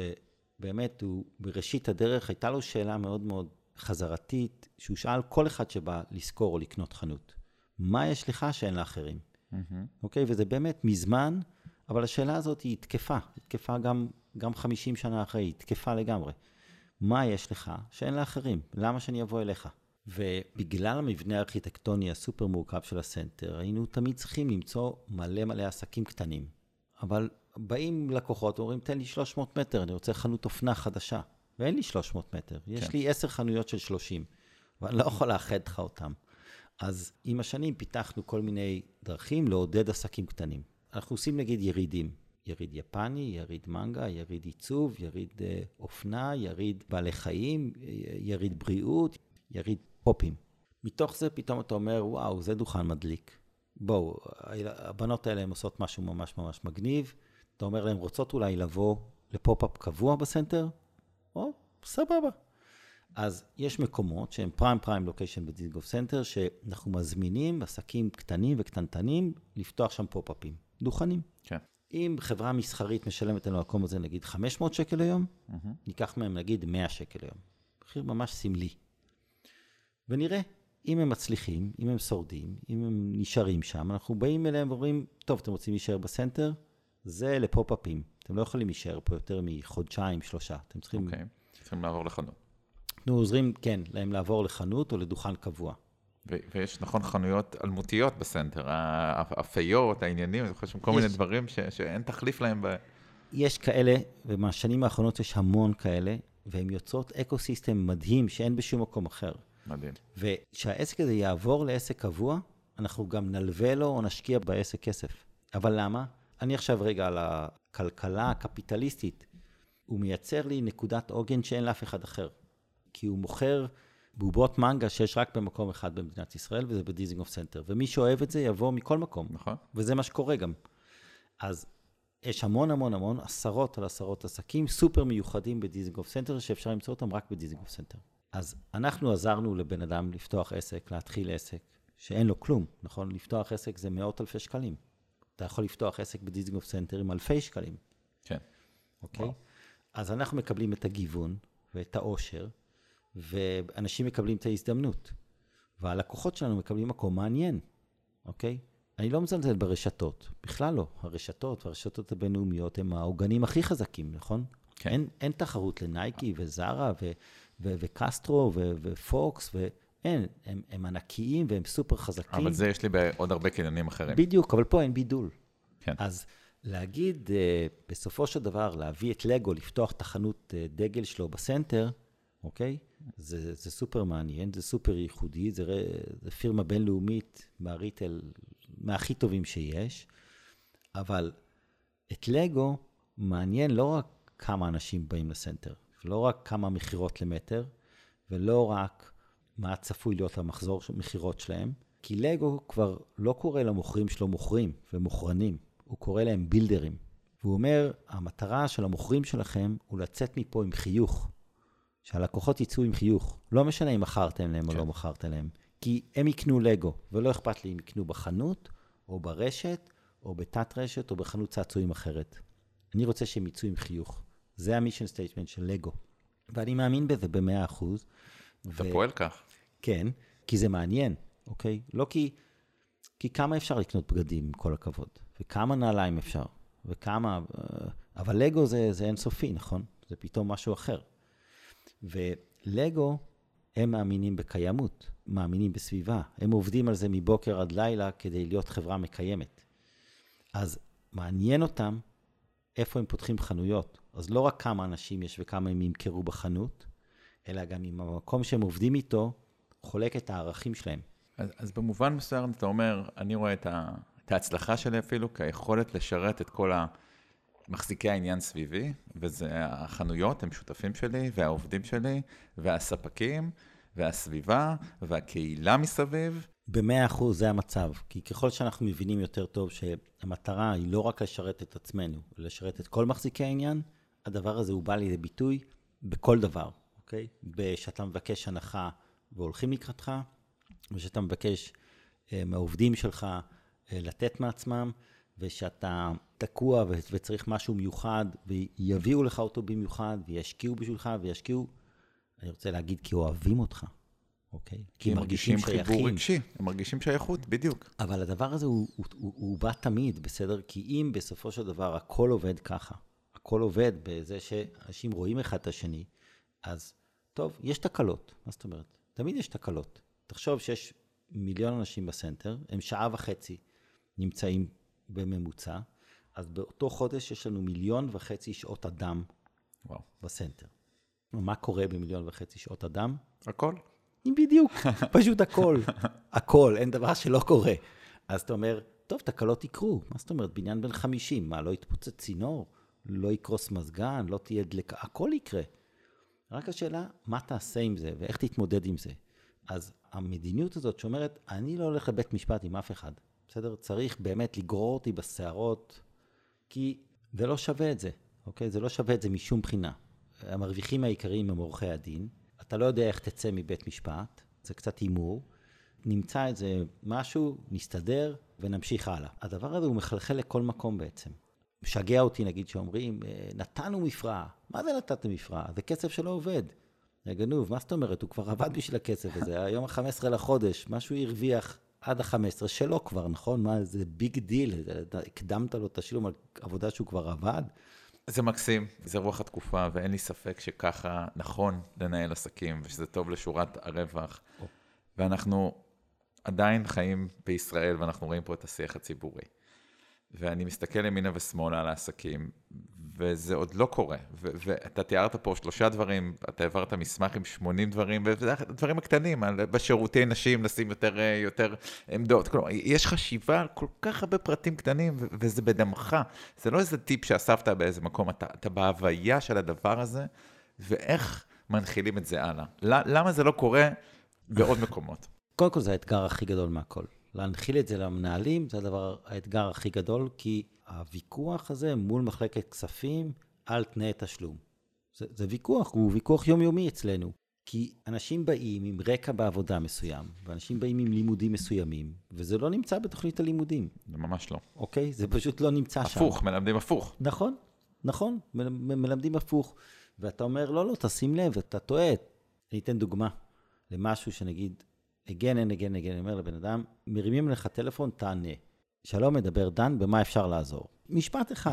שבאמת הוא בראשית הדרך, הייתה לו שאלה מאוד מאוד חזרתית, שהוא שאל כל אחד שבא לזכור או לקנות חנות. מה יש לך שאין לאחרים? אוקיי, וזה באמת מזמן, אבל השאלה הזאת היא תקפה, היא תקפה גם 50 שנה אחרי, היא תקפה לגמרי. מה יש לך שאין לאחרים? למה שאני אבוא אליך? ובגלל המבנה הארכיטקטוני הסופר מורכב של הסנטר, היינו תמיד צריכים למצוא מלא עסקים קטנים. אבל באים לקוחות ואומרים, תן לי 300 מטר, אני רוצה חנות אופנה חדשה. ואין לי 300 מטר, יש לי 10 חנויות של 30, ואני לא יכול לאחד לך אותם. אז עם השנים פיתחנו כל מיני דרכים לעודד עסקים קטנים. אנחנו עושים נגיד ירידים. יריד יפני, יריד מנגה, יריד עיצוב, יריד אופנה, יריד בעלי חיים, יריד בריאות, יריד פופים. מתוך זה פתאום אתה אומר, וואו, זה דוכן מדליק. בואו, הבנות האלה הן עושות משהו ממש ממש מגניב, אתה אומר להם, רוצות אולי לבוא לפופ-אפ קבוע בסנטר? או, סבבה. אז יש מקומות שהם פריים לוקיישן בדיזינגוף סנטר, שאנחנו מזמינים עסקים קטנים וקטנטנים לפתוח שם פופ-אפים, דוכנים. כן. אם חברה מסחרית משלמת על המקום הזה, נגיד 500 שקל היום, ניקח מהם נגיד 100 שקל היום. מחיר ממש סמלי. ונראה, אם הם מצליחים, אם הם שורדים, אם הם נשארים שם, אנחנו באים אליהם ואומרים, טוב, אתם רוצים להישאר בסנטר? זה לפופ-אפים. אתם לא יכולים להישאר פה יותר מחודשיים, 3. אתם צריכים... אוקיי, צריכים לעבור לחנות. אנחנו עוזרים, כן, להם לעבור לחנות או לדוכן קבוע. ויש נכון חנויות אלמותיות בסנטר, האפיות, העניינים, אני חושב כל מיני דברים שאין תחליף להם. יש כאלה, ומהשנים האחרונות יש המון כאלה, והן יוצרות אקוסיסטם מדהים שאין בשום מקום אחר. מדהים. ושהעסק הזה יעבור לעסק קבוע, אנחנו גם נלווה לו או נשקיע בעסק כסף. אבל למה? אני עכשיו רגע על הכלכלה הקפיטליסטית. הוא מייצר לי נקודת עוגן שאין לאף אחד אחר. כי הוא מוכר בובות מנגה שיש רק במקום אחד במדינת ישראל, וזה בדיזינגוף סנטר. ומי שאוהב את זה יבוא מכל מקום. נכון. וזה מה שקורה גם. אז יש המון עשרות על עשרות עסקים סופר מיוחדים בדיזינגוף סנטר, שאפשר למצוא אותם רק בדיזינגוף סנטר. אז אנחנו עזרנו לבן אדם לפתוח עסק, להתחיל עסק, שאין לו כלום, נכון? לפתוח עסק זה מאות אלפי שקלים. אתה יכול לפתוח עסק בדיזינגוף סנטר עם אלפי שקלים. כן. אוקיי? אז אנחנו מקבלים את הגיוון ואת העושר, ואנשים מקבלים את ההזדמנות. והלקוחות שלנו מקבלים מקום מעניין, אוקיי? אני לא מזלזל ברשתות, בכלל לא. הרשתות והרשתות הבינלאומיות הם העוגנים הכי חזקים, נכון? כן. אין תחרות לנייקי וזרה וקסטרו ופוקס, ואין, הם ענקיים והם סופר חזקים. אבל זה יש לי בעוד הרבה קניונים אחרים. בדיוק, אבל פה אין בידול. כן. אז להגיד, בסופו של דבר, להביא את לגו, לפתוח את החנות דגל שלו בסנטר, אוקיי? זה סופר מעניין, זה סופר ייחודי, זה פירמה בינלאומית מהריטל, מהכי טובים שיש, אבל את לגו מעניין לא רק כמה אנשים באים לסנטר, ולא רק כמה מחירות למטר, ולא רק מה צפוי להיות המחזור מחירות שלהם, כי לגו כבר לא קורא למוכרים שלו מוכרים ומוכרנים, הוא קורא להם בילדרים. והוא אומר, המטרה של המוכרים שלכם הוא לצאת מפה עם חיוך, שהלקוחות יצאו עם חיוך. לא משנה אם מכרתם להם או לא מכרתם להם, כי הם יקנו לגו, ולא אכפת לי אם יקנו בחנות, או ברשת, או בתת רשת, או בחנות צעצועים אחרת. אני רוצה שהם יצאו עם חיוך. זה המישן סטייטמנט של לגו. ואני מאמין בזה ב100%. אתה פועל כך. כן, כי זה מעניין, אוקיי? לא כי כמה אפשר לקנות בגדים, עם כל הכבוד, וכמה נעליים אפשר, וכמה... אבל לגו זה אינסופי, נכון? זה פתאום משהו אחר. ולגו, הם מאמינים בקיימות, מאמינים בסביבה. הם עובדים על זה מבוקר עד לילה כדי להיות חברה מקיימת. אז מעניין אותם איפה הם פותחים חנויות. אז לא רק כמה אנשים יש וכמה הם ימכרו בחנות, אלא גם אם המקום שהם עובדים איתו חולק את הערכים שלהם. אז במובן מסוים אתה אומר, אני רואה את ההצלחה שלי אפילו כיכולת לשרת את כל מחזיקי העניין סביבי, וזה החנויות, הם שותפים שלי, והעובדים שלי, והספקים, והסביבה, והקהילה מסביב. ב100% זה המצב, כי ככל שאנחנו מבינים יותר טוב שהמטרה היא לא רק לשרת את עצמנו, לשרת את כל מחזיקי העניין, הדבר הזה הוא בא לידי ביטוי בכל דבר, אוקיי? שאתה מבקש הנחה והולכים לקראתך, ושאתה מבקש מהעובדים שלך לתת מעצמם, ושאתה תקוע וצריך משהו מיוחד, ויביאו לך אותו במיוחד, וישקיעו בשבילך, אני רוצה להגיד, כי אוהבים אותך, אוקיי? כי הם מרגישים חיבור רגשי, הם מרגישים שייכות, בדיוק. אבל הדבר הזה הוא בא תמיד, בסדר? כי אם בסופו של דבר הכל עובד ככה, הכל עובד בזה שאנשים רואים אחד את השני, אז טוב, יש תקלות, מה זאת אומרת? תמיד יש תקלות. תחשוב שיש 1,000,000 אנשים בסנטר, הם 1.5 שעה נמצאים בממוצע, אז באותו חודש יש לנו 1.5 שעות אדם בסנטר. מה קורה ב1.5 שעות אדם? הכל. בדיוק, פשוט הכל. הכל, אין דבר שלא קורה. אז אתה אומר, טוב, תקלות יקרו. מה זאת אומרת? בניין בן 50, מה, לא יתפוצץ צינור? לא יקרוס מזגן? לא תהיה דלקה? הכל יקרה. רק השאלה, מה תעשה עם זה ואיך תתמודד עם זה? אז המדיניות הזאת שאומרת, אני לא הולך לבית משפט עם אף אחד. בסדר? צריך באמת לגרור אותי בשערות, כי זה לא שווה את זה, אוקיי? זה לא שווה את זה משום בחינה. המרוויחים העיקריים הם עורכי הדין, אתה לא יודע איך תצא מבית משפט, זה קצת אימור, נמצא איזה משהו, נסתדר ונמשיך הלאה. הדבר הזה הוא מחלחל לכל מקום בעצם. משגע אותי נגיד שאומרים, נתנו מפרעה. מה זה נתתם מפרעה? זה כסף שלא עובד. גנוב, מה זאת אומרת? הוא כבר עבד בשביל הכסף הזה, היום ה-15 לחודש, משהו הרוויח עד ה-15 שלו כבר, נכון? מה, זה ביג דיל, הקדמת לו תשלום על עבודה שהוא כבר עבד. זה מקסים, זה רוח התקופה, ואין לי ספק שככה נכון לנהל עסקים, ושזה טוב לשורת הרווח. ואנחנו עדיין חיים בישראל, ואנחנו רואים פה את השיח הציבורי. ואני מסתכל ימינה ושמאלה על העסקים, וזה עוד לא קורה. ואתה תיארת פה 3 דברים, אתה העברת מסמך עם 80 דברים, וזה הדברים הקטנים, בשירותי נשים לשים יותר עמדות. כלומר, יש חשיבה על כל כך הרבה פרטים קטנים, וזה בדמך. זה לא איזה טיפ שאספת באיזה מקום, אתה בהוויה של הדבר הזה, ואיך מנחילים את זה הלאה. למה זה לא קורה בעוד מקומות? קודם כל זה האתגר הכי גדול מהכל. להנחיל את זה למנהלים, זה האתגר הכי גדול, כי הוויכוח הזה מול מחלקת כספים על תנאי תשלום. זה ויכוח, הוא ויכוח יומיומי אצלנו. כי אנשים באים עם רקע בעבודה מסוים, ואנשים באים עם לימודים מסוימים, וזה לא נמצא בתוכנית הלימודים. זה ממש לא. אוקיי? זה פשוט לא נמצא שם. הפוך, מלמדים הפוך. נכון, מלמדים הפוך. ואתה אומר, לא, תשים לב, אתה טועה. אני אתן דוגמה למשהו שנגיד, אני אומר לבן אדם, מרימים לך טלפון, תענה. שלום, מדבר דן, במה אפשר לעזור? משפט אחד.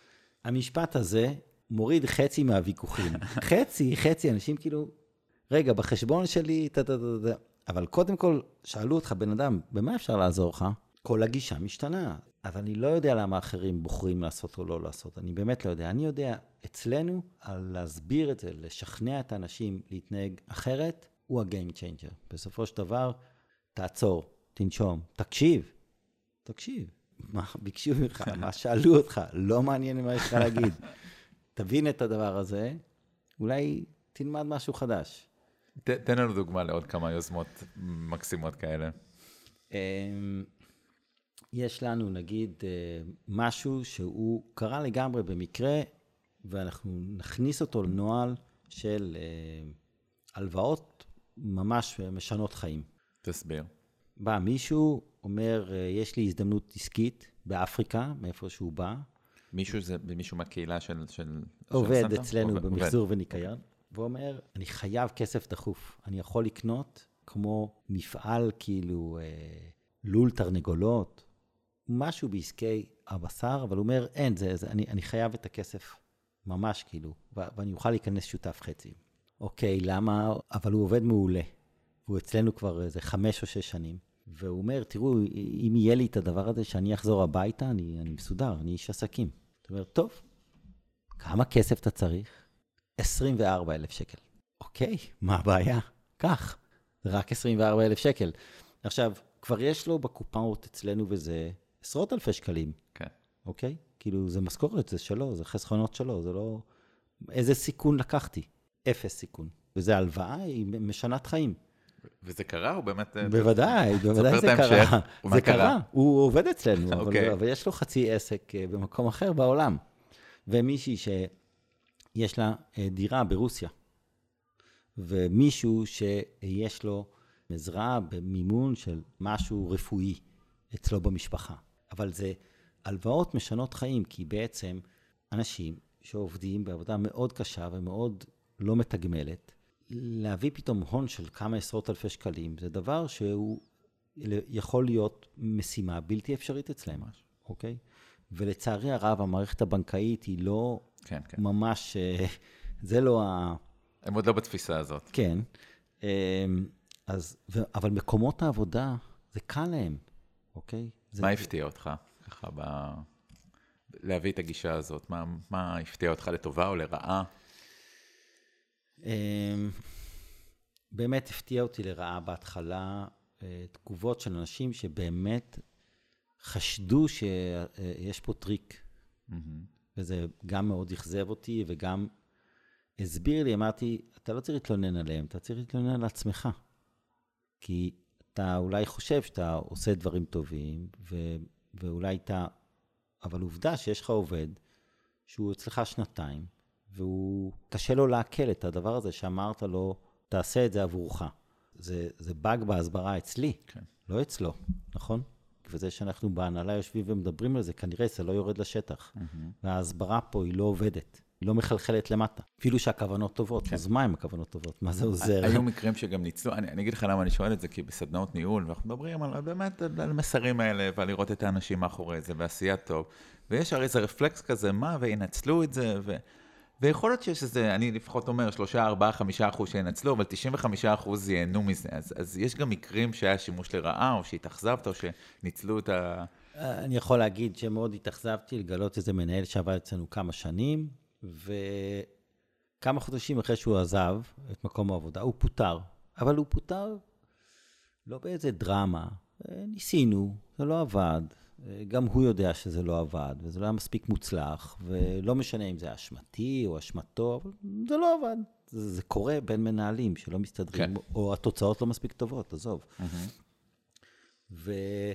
המשפט הזה מוריד חצי מהוויכוחים. חצי, אנשים כאילו, רגע, בחשבון שלי, אבל קודם כל, שאלו אותך, בן אדם, במה אפשר לעזור לך? כל הגישה משתנה. אבל אני לא יודע למה אחרים בוחרים לעשות או לא לעשות. אני באמת לא יודע. אני יודע, אצלנו, על להסביר את זה, לשכנע את האנשים להתנהג אחרת, הוא ה-game changer. בסופו של דבר, תעצור, תנשום, תקשיב. מה ביקשו ממך, מה שאלו אותך, לא מעניין מה יש לך להגיד. תבין את הדבר הזה, אולי תלמד משהו חדש. תן לנו דוגמה לעוד כמה יוזמות מקסימות כאלה. יש לנו, נגיד, משהו שהוא קרה לגמרי במקרה, ואנחנו נכניס אותו לנוהל של הלוואות ממש משנות חיים. תסביר. בא מישהו, אומר, יש לי הזדמנות עסקית באפריקה, מאיפה שהוא בא. מישהו מהקהילה של עובד אצלנו במחזור וניקיון, ואומר, אני חייב כסף דחוף. אני יכול לקנות כמו מפעל, כאילו, לול תרנגולות, משהו בעסקי הבשר, אבל הוא אומר, אין, אני חייב את הכסף ממש, כאילו, ואני אוכל להיכנס שותף חצי. אוקיי, למה? אבל הוא עובד מעולה. הוא אצלנו כבר איזה 5 או 6 שנים. והוא אומר, תראו, אם יהיה לי את הדבר הזה שאני אחזור הביתה, אני מסודר, אני איש עסקים. אתה אומר, טוב, כמה כסף אתה צריך? 24,000 שקל. אוקיי, מה הבעיה? כך, זה רק 24,000 שקל. עכשיו, כבר יש לו בקופאות אצלנו וזה עשרות אלפי שקלים. כן. אוקיי? כאילו, זה משכורת, זה שלו, זה חסכונות שלו, זה לא... איזה סיכון לקחתי? 0 סיכון. וזה הלוואה, היא משנת חיים. וזה קרה? הוא באמת... בוודאי זה קרה. זה קרה. הוא עובד אצלנו, אבל יש לו חצי עסק במקום אחר בעולם. ומישהי שיש לה דירה ברוסיה, ומישהו שיש לו עזרה במימון של משהו רפואי אצלו במשפחה. אבל זה הלוואות משנות חיים, כי בעצם אנשים שעובדים בעבודה מאוד קשה ומאוד לא מתגמלת, להביא פתאום הון של כמה עשרות אלפי שקלים, זה דבר שהוא יכול להיות משימה בלתי אפשרית אצלם, אוקיי? ולצערי הרב, המערכת הבנקאית היא לא ממש, זה לא הם עוד לא בתפיסה הזאת. כן. אבל מקומות העבודה, זה קל להם, אוקיי? מה הפתיע אותך, ככה, להביא את הגישה הזאת? מה הפתיע אותך לטובה או לרעה? באמת הפתיע אותי לרעה בהתחלה, תגובות של אנשים שבאמת חשדו שיש פה טריק. וזה גם מאוד אכזב אותי, וגם הסביר לי, אמרתי, אתה לא צריך להתלונן עליהם, אתה צריך להתלונן על עצמך. כי אתה אולי חושב שאתה עושה דברים טובים, ואולי אתה, אבל עובדה שיש לך עובד, שהוא אצלך 2 והוא קשה לו לעכל את הדבר הזה שאמרת לו, תעשה את זה עבורך. זה באג בהסברה אצלי, כן. לא אצלו, נכון? וזה שאנחנו בהנהלה יושבים ומדברים על זה, כנראה זה לא יורד לשטח. וההסברה פה היא לא עובדת, היא לא מחלחלת למטה. אפילו שהכוונות טובות, כן. אז מה עם הכוונות טובות? מה זה עוזר? היו מקרים שגם ניצלו, אני אגיד לך למה אני שואל את זה, כי בסדנאות ניהול, ואנחנו מדברים על, באמת על המסרים האלה, ועל לראות את האנשים מאחורי זה, ועשייה טוב. ויש הרי איזה רפלקס כזה, מה, וינצלו את זה, ויכול להיות שיש איזה, אני לפחות אומר, 3, 4, 5% שינצלו, אבל 95% ייהנו מזה. אז יש גם מקרים שהיה שימוש לרעה, או שהתאכזבת, או שניצלו את ה... אני יכול להגיד שמאוד התאכזבתי לגלות איזה מנהל שעבד אצלנו כמה שנים, וכמה חודשים אחרי שהוא עזב את מקום העבודה, הוא פוטר. אבל הוא פוטר לא באיזה דרמה. ניסינו, זה לא עבד. גם הוא יודע שזה לא עבד, וזה לא היה מספיק מוצלח, ולא משנה אם זה אשמתי או אשמתו, אבל זה לא עבד. זה קורה בין מנהלים שלא מסתדרים, כן. או התוצאות לא מספיק טובות, עזוב. והוא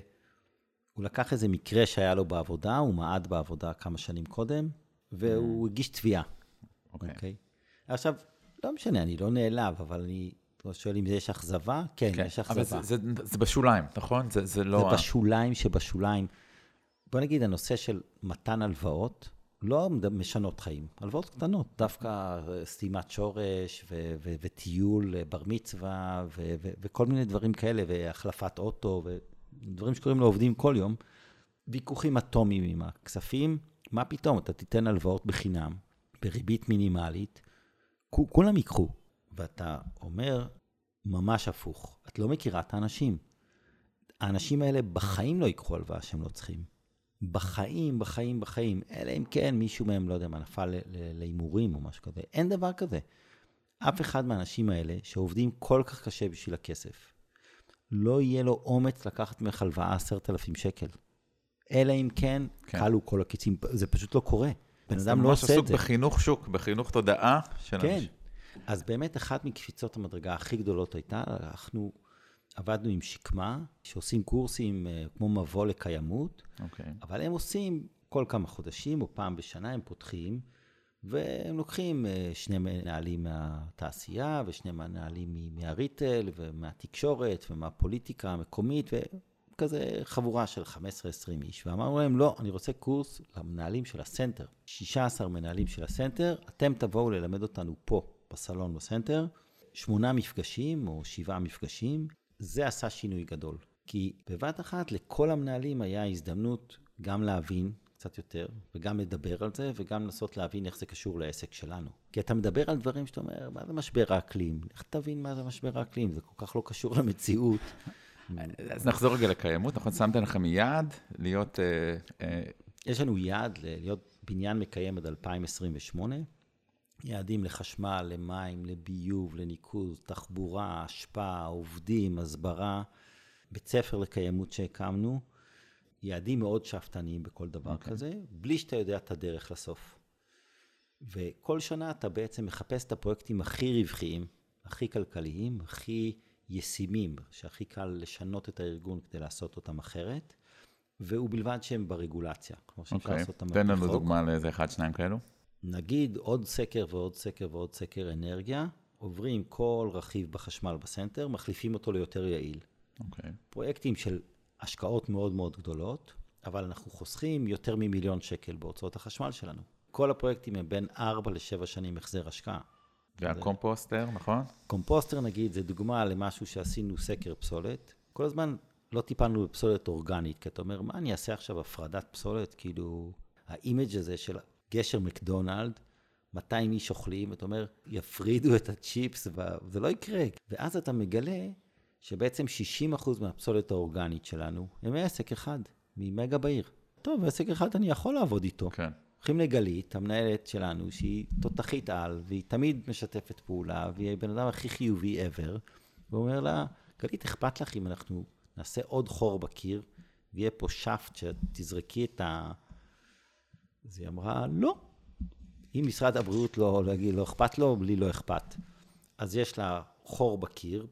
לקח איזה מקרה שהיה לו בעבודה, הוא מעד בעבודה כמה שנים קודם, והוא הגיש תביעה. אוקיי. עכשיו, לא משנה, אני לא נעלב, אבל אני... אתה שואל אם יש אכזבה? כן, יש אכזבה. אבל זה בשוליים, נכון? זה לא... זה בשוליים שבשוליים. בוא נגיד, הנושא של מתן הלוואות, לא משנות חיים. הלוואות קטנות, דווקא סתימת שורש וטיול בר מצווה וכל מיני דברים כאלה, והחלפת אוטו ודברים שקוראים לעובדים כל יום. ויכוחים אטומיים עם הכספים, מה פתאום? אתה תיתן הלוואות בחינם, בריבית מינימלית, כולם ייקחו. ואתה אומר ממש הפוך. את לא מכירה את האנשים. האנשים האלה בחיים לא ייקחו הלוואה שהם לא צריכים. בחיים. אלא אם כן מישהו מהם, לא יודע מה, נפל לאימורים או משהו כזה. אין דבר כזה. אף אחד מהאנשים האלה שעובדים כל כך קשה בשביל הכסף, לא יהיה לו אומץ לקחת ממך הלוואה 10,000 שקל. אלא אם כן, קלו כל הקיצים. זה פשוט לא קורה. בן אדם לא עושה את זה. בחינוך שוק, בחינוך תודעה של אנשים. אז באמת אחת מקפיצות המדרגה הכי גדולות הייתה, אנחנו עבדנו עם שקמה, שעושים קורסים כמו מבוא לקיימות, אבל הם עושים כל כמה חודשים או פעם בשנה, הם פותחים, והם לוקחים 2 מנהלים מהתעשייה, ו2 מנהלים מהריטל, ומהתקשורת, ומהפוליטיקה המקומית, וכזה חבורה של 15-20 איש. ואמרנו להם, לא, אני רוצה קורס למנהלים של הסנטר. 16 מנהלים של הסנטר, אתם תבואו ללמד אותנו פה. בסלון בסנטר, 8 מפגשים או 7 מפגשים, זה עשה שינוי גדול. כי בבת אחת לכל המנהלים היה הזדמנות גם להבין קצת יותר, וגם לדבר על זה, וגם לנסות להבין איך זה קשור לעסק שלנו. כי אתה מדבר על דברים שאתה אומר, מה זה משבר האקלים? איך תבין מה זה משבר האקלים? זה כל כך לא קשור למציאות. אז נחזור רגע לקיימות, נכון? שמתם לכם יעד להיות... יש לנו יעד להיות בניין מקיים עד 2028, יעדים לחשמל, למים, לביוב, לניקוז, תחבורה, השפעה, עובדים, הסברה, בית ספר לקיימות שהקמנו, יעדים מאוד שאפתניים בכל דבר כזה, בלי שאתה יודע את הדרך לסוף. וכל שנה אתה בעצם מחפש את הפרויקטים הכי רווחיים, הכי כלכליים, הכי ישימים, שהכי קל לשנות את הארגון כדי לעשות אותם אחרת, ובלבד שהם ברגולציה, כמו שאפשר לעשות אותם. תן לנו דוגמה לאיזה 1-2 כאלו. נגיד עוד סקר ועוד סקר ועוד סקר אנרגיה, עוברים כל רכיב בחשמל בסנטר, מחליפים אותו ליותר יעיל. פרויקטים של השקעות מאוד מאוד גדולות, אבל אנחנו חוסכים יותר מ1,000,000 שקל בהוצאות החשמל שלנו. כל הפרויקטים הם בין 4 ל7 שנים החזר השקעה. והקומפוסטר, נכון? קומפוסטר נגיד, זה דוגמה למשהו שעשינו סקר פסולת. כל הזמן לא טיפלנו בפסולת אורגנית, כי אתה אומר, מה אני אעשה עכשיו הפרדת פסולת? כאילו, האימג' הזה של גשר מקדונלד, 200 איש אוכלים, ואתה אומר, יפרידו את הצ'יפס, וזה לא יקרה. ואז אתה מגלה שבעצם 60% מהפסולת האורגנית שלנו, הם עסק אחד, ממגה בעיר. טוב, עסק אחד אני יכול לעבוד איתו. כן. הולכים לגלית, המנהלת שלנו, שהיא תותחית על, והיא תמיד משתפת פעולה, והיא הבן אדם הכי חיובי ever, והוא אומר לה, גלית, אכפת לך אם אנחנו נעשה עוד חור בקיר, ויהיה פה שפט שתזרקי את ה... אז היא אמרה, לא. אם משרד הבריאות לא אכפת לו, לי לא אכפת. אז יש לה חור בקיר,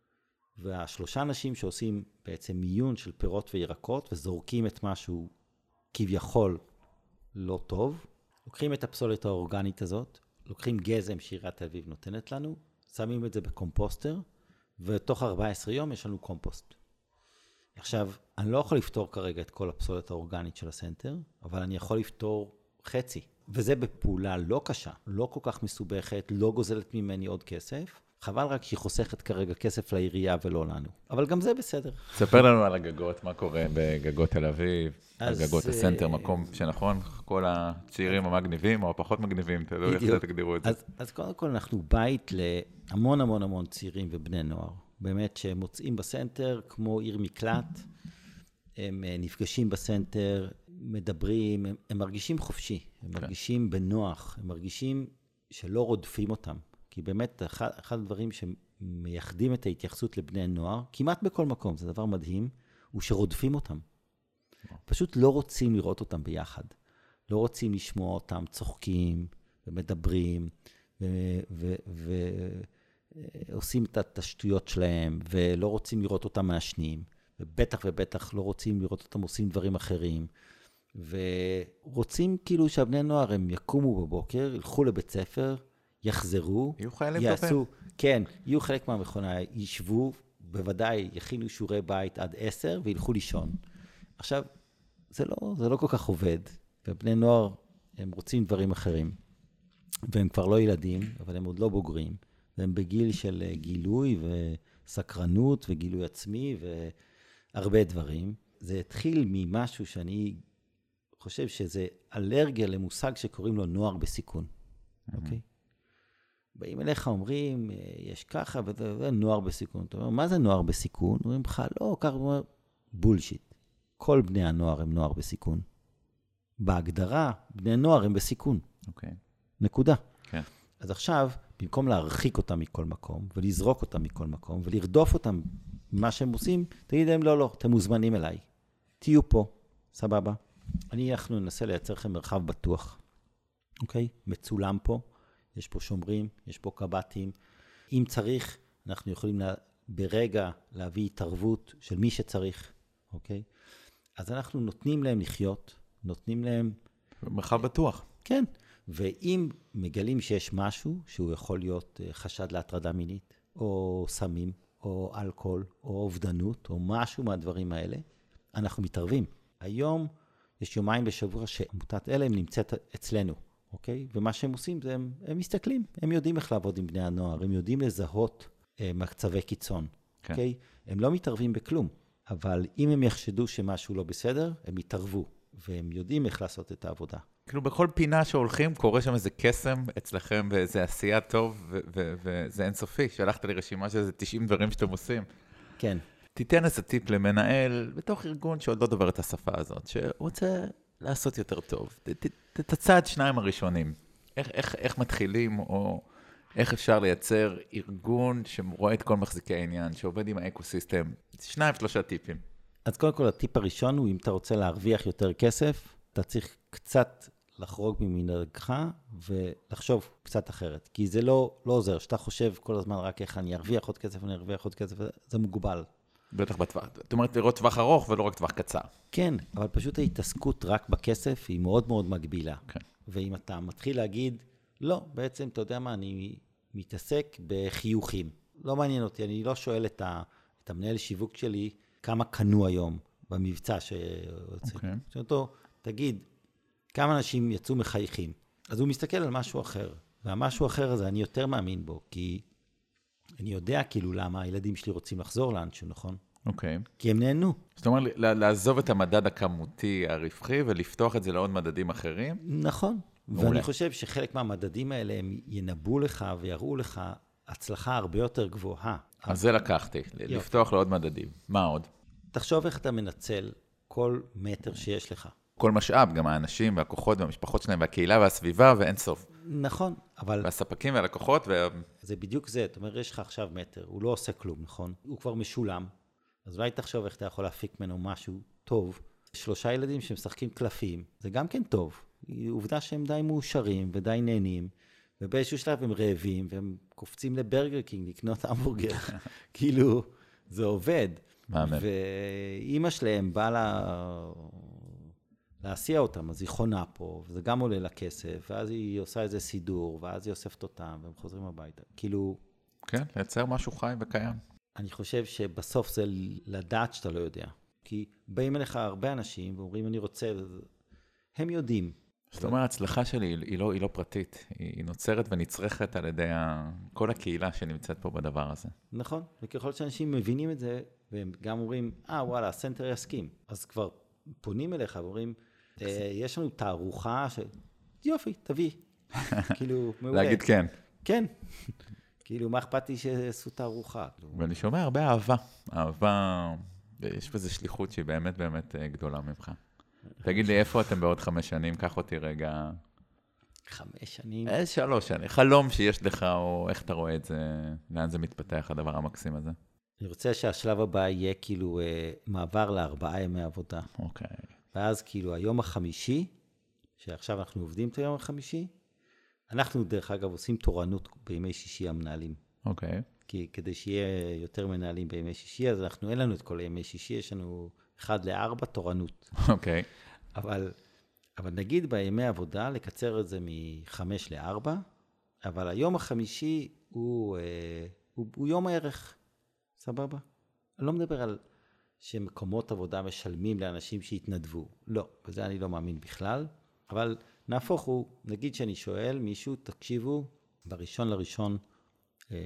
וה3 אנשים שעושים בעצם מיון של פירות וירקות, וזורקים את משהו כביכול לא טוב, לוקחים את הפסולת האורגנית הזאת, לוקחים גזם שעיריית תל אביב נותנת לנו, שמים את זה בקומפוסטר, ותוך 14 יום יש לנו קומפוסט. עכשיו, אני לא יכול לפתור כרגע את כל הפסולת האורגנית של הסנטר, אבל אני יכול לפתור חצי. וזה בפעולה לא קשה, לא כל כך מסובכת, לא גוזלת ממני עוד כסף. חבל רק שהיא חוסכת כרגע כסף לעירייה ולא לנו. אבל גם זה בסדר. ספר לנו על הגגות, מה קורה בגגות תל אביב, על גגות הסנטר, מקום שנכון, כל הצעירים המגניבים או הפחות מגניבים, תדעו איך תגדירו את זה. אז קודם כל אנחנו בית להמון המון המון צעירים ובני נוער. באמת שהם מוצאים בסנטר כמו עיר מקלט, הם נפגשים בסנטר, מדברים, הם מרגישים חופשי, הם מרגישים בנוח, הם מרגישים שלא רודפים אותם. כי באמת אחד הדברים שמייחדים את ההתייחסות לבני נוער, כמעט בכל מקום, זה דבר מדהים, הוא שרודפים אותם. פשוט לא רוצים לראות אותם ביחד. לא רוצים לשמוע אותם צוחקים ומדברים ועושים את השטויות שלהם, ולא רוצים לראות אותם מעשנים, ובטח לא רוצים לראות אותם עושים דברים אחרים, ורוצים כאילו שהבני נוער הם יקומו בבוקר, ילכו לבית ספר, יחזרו, יהיו חיילים יעשו, כן, יהיו חלק מהמכונה, ישבו, בוודאי יכינו שיעורי בית עד 10 וילכו לישון. עכשיו, זה לא כל כך עובד, ובני נוער הם רוצים דברים אחרים, והם כבר לא ילדים, אבל הם עוד לא בוגרים, והם בגיל של גילוי וסקרנות וגילוי עצמי והרבה דברים. זה התחיל ממשהו שאני חושב שזה אלרגיה למושג שקוראים לו נוער בסיכון, אוקיי? באים אליך, אומרים, יש ככה, וזה נוער בסיכון. אתה אומר, מה זה נוער בסיכון? אומרים לך, לא, ככה, הוא אומר, בולשיט. כל בני הנוער הם נוער בסיכון. בהגדרה, בני נוער הם בסיכון. אוקיי. נקודה. כן. אז עכשיו, במקום להרחיק אותם מכל מקום, ולזרוק אותם מכל מקום, ולרדוף אותם מה שהם עושים, תגיד להם, לא, אתם מוזמנים אליי. תהיו פה, סבבה. אנחנו ננסה לייצר לכם מרחב בטוח. אוקיי? מצולם פה. יש פה שומרים, יש פה קבטים. אם צריך, אנחנו יכולים ברגע להביא התערבות של מי שצריך, אוקיי? אז אנחנו נותנים להם לחיות, נותנים להם... מרחב בטוח. כן, ואם מגלים שיש משהו שהוא יכול להיות חשד להטרדה מינית, או סמים, או אלכוהול, או אובדנות, או משהו מהדברים האלה, אנחנו מתערבים. היום יש יומיים בשבוע שעמותת אלם נמצאת אצלנו. אוקיי? ומה שהם עושים זה הם מסתכלים, הם יודעים איך לעבוד עם בני הנוער, הם יודעים לזהות מצבי קיצון, כן. אוקיי? הם לא מתערבים בכלום, אבל אם הם יחשדו שמשהו לא בסדר, הם יתערבו, והם יודעים איך לעשות את העבודה. כאילו בכל פינה שהולכים קורה שם איזה קסם אצלכם באיזה עשייה טוב, וזה אינסופי. שלחת לי רשימה של איזה 90 דברים שאתם עושים. כן. תיתן איזה טיפ למנהל בתוך ארגון שעוד לא דובר את השפה הזאת, שרוצה לעשות יותר טוב. תצעד שניים הראשונים. איך מתחילים, או איך אפשר לייצר ארגון שרואה את כל מחזיקי העניין, שעובד עם האקוסיסטם. 2-3 טיפים. אז קודם כל, הטיפ הראשון הוא, אם אתה רוצה להרוויח יותר כסף, אתה צריך קצת לחרוג ממנהגך, ולחשוב קצת אחרת. כי זה לא עוזר, שאתה חושב כל הזמן רק איך אני ארוויח עוד כסף, זה מוגבל. בטח בטווח. זאת אומרת, לראות טווח ארוך ולא רק טווח קצר. כן, אבל פשוט ההתעסקות רק בכסף היא מאוד מאוד מגבילה. כן. ואם אתה מתחיל להגיד, לא, בעצם אתה יודע מה, אני מתעסק בחיוכים. לא מעניין אותי, אני לא שואל את המנהל שיווק שלי, כמה קנו היום במבצע שיוצא. אוקיי. אותו, תגיד, כמה אנשים יצאו מחייכים. אז הוא מסתכל על משהו אחר. והמשהו אחר הזה אני יותר מאמין בו, כי אני יודע כאילו למה הילדים שלי רוצים לחזור לאנשהו, נכון? אוקיי. כי הם נהנו. זאת אומרת, לעזוב את המדד הכמותי הרווחי, ולפתוח את זה לעוד מדדים אחרים? נכון. ואני חושב שחלק מהמדדים האלה, הם ינבאו לך ויראו לך הצלחה הרבה יותר גבוהה. אז זה לקחתי, לפתוח לעוד מדדים. מה עוד? תחשוב איך אתה מנצל כל מטר שיש לך. כל משאב, גם האנשים והכוחות והמשפחות שלהם, והקהילה והסביבה, ואין סוף. נכון, אבל... והספקים והלקוחות זה בדיוק זה, זאת אומרת, יש לך עכשיו מטר, הוא לא עושה כלום, נכון? הוא כבר משולם, אז אולי תחשוב איך אתה יכול להפיק ממנו משהו טוב. 3 ילדים שמשחקים קלפים, זה גם כן טוב. עובדה שהם די מאושרים ודי נהנים, ובאיזשהו שלב הם רעבים, והם קופצים לברגר קינג לקנות המבורגר. כאילו, זה עובד. מאמן. ואימא שלהם באה להסיע אותם, אז היא חונה פה, וזה גם עולה לה כסף, ואז היא עושה איזה סידור, ואז היא אוספת אותם, והם חוזרים הביתה. כאילו... כן, לייצר משהו חי וקיים. אני חושב שבסוף זה לדעת שאתה לא יודע. כי באים אליך הרבה אנשים, ואומרים, אני רוצה, הם יודעים. זאת אומרת, ההצלחה שלי היא לא פרטית, היא נוצרת ונצרכת על ידי כל הקהילה שנמצאת פה בדבר הזה. נכון, וככל שאנשים מבינים את זה, והם גם אומרים, וואלה, הסנטר יסכים. אז כבר פונים אליך ואומרים, יש לנו תערוכה יופי, תביא. כאילו, מעולה. להגיד כן. כן. כאילו, מה אכפת לי שעשו תערוכה? ואני שומע הרבה אהבה, יש בזה שליחות שהיא באמת באמת גדולה ממך. תגיד לי, איפה אתם בעוד 5 שנים? קח אותי רגע. 5 שנים? 3 שנים. חלום שיש לך, או איך אתה רואה את זה, לאן זה מתפתח, הדבר המקסים הזה? אני רוצה שהשלב הבא יהיה כאילו מעבר ל4 ימי עבודה. אוקיי. ואז כאילו היום החמישי, שעכשיו אנחנו עובדים את היום החמישי, אנחנו דרך אגב עושים תורנות בימי שישי המנהלים. אוקיי. כי כדי שיהיה יותר מנהלים בימי שישי, אז אין לנו את כל ימי שישי, יש לנו 1-4 תורנות. אוקיי. אבל נגיד בימי עבודה, לקצר את זה מ5-4, אבל היום החמישי הוא יום הערך, סבבה? אני לא מדבר על שמקומות עבודה משלמים לאנשים שהתנדבו. לא, בזה אני לא מאמין בכלל, אבל נהפוך הוא, נגיד שאני שואל מישהו, תקשיבו, ב1/1/26,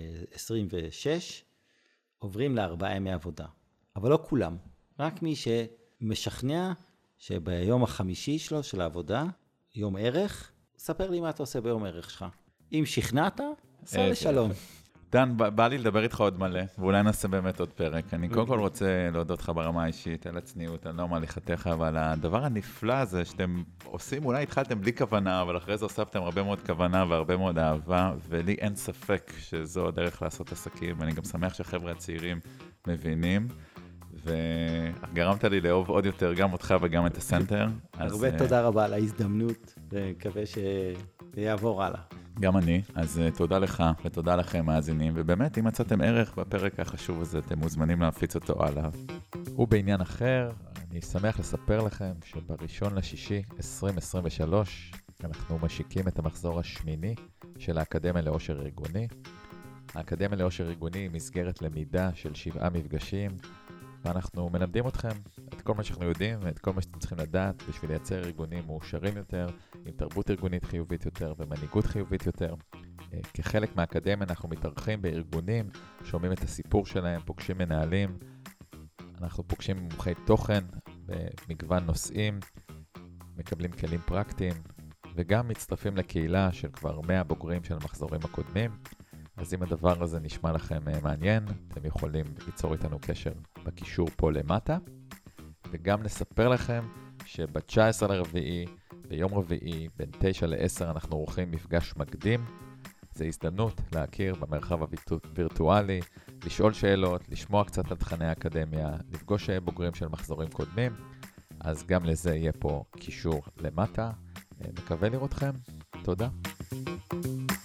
עוברים ל4 ימי עבודה. אבל לא כולם, רק מי שמשכנע שביום החמישי שלו של העבודה, יום ערך, ספר לי מה אתה עושה ביום ערך שלך. אם שכנעת, סע לשלום. דן, בא לי לדבר איתך עוד מלא, ואולי נעשה באמת עוד פרק. אני קודם כל רוצה להודות לך ברמה האישית, על הצניעות, על נורמה לכתך, אבל הדבר הנפלא הזה שאתם עושים, אולי התחלתם בלי כוונה, אבל אחרי זה הוספתם הרבה מאוד כוונה והרבה מאוד אהבה, ולי אין ספק שזו הדרך לעשות עסקים, ואני גם שמח שהחבר'ה הצעירים מבינים, וגרמת לי לאהוב עוד יותר גם אותך וגם את הסנטר. הרבה תודה רבה על ההזדמנות, ומקווה שיעבור הלאה. גם אני, אז תודה לך ותודה לכם מאזינים, ובאמת אם מצאתם ערך בפרק החשוב הזה, אתם מוזמנים להפיץ אותו הלאה. ובעניין אחר, אני שמח לספר לכם שב1/6/2023 אנחנו משיקים את המחזור השמיני של האקדמיה לאושר ארגוני. האקדמיה לאושר ארגוני היא מסגרת למידה של 7 מפגשים, ואנחנו מלמדים אתכם את כל מה שאנחנו יודעים ואת כל מה שאתם צריכים לדעת בשביל לייצר ארגונים מאושרים יותר, עם תרבות ארגונית חיובית יותר ומנהיגות חיובית יותר. כחלק מהאקדמיה אנחנו מתארחים בארגונים, שומעים את הסיפור שלהם, פוגשים מנהלים, אנחנו פוגשים מומחי תוכן במגוון נושאים, מקבלים כלים פרקטיים, וגם מצטרפים לקהילה של כבר 100 בוגרים של המחזורים הקודמים. אז אם הדבר הזה נשמע לכם מעניין, אתם יכולים ליצור איתנו קשר בקישור פה למטה. וגם נספר לכם שב-19 לרביעי, ביום רביעי, בין 9 ל-10, אנחנו עורכים מפגש מקדים. זו הזדמנות להכיר במרחב הווירטואלי, לשאול שאלות, לשמוע קצת על תכני האקדמיה, לפגוש בוגרים של מחזורים קודמים. אז גם לזה יהיה פה קישור למטה. מקווה לראותכם. תודה.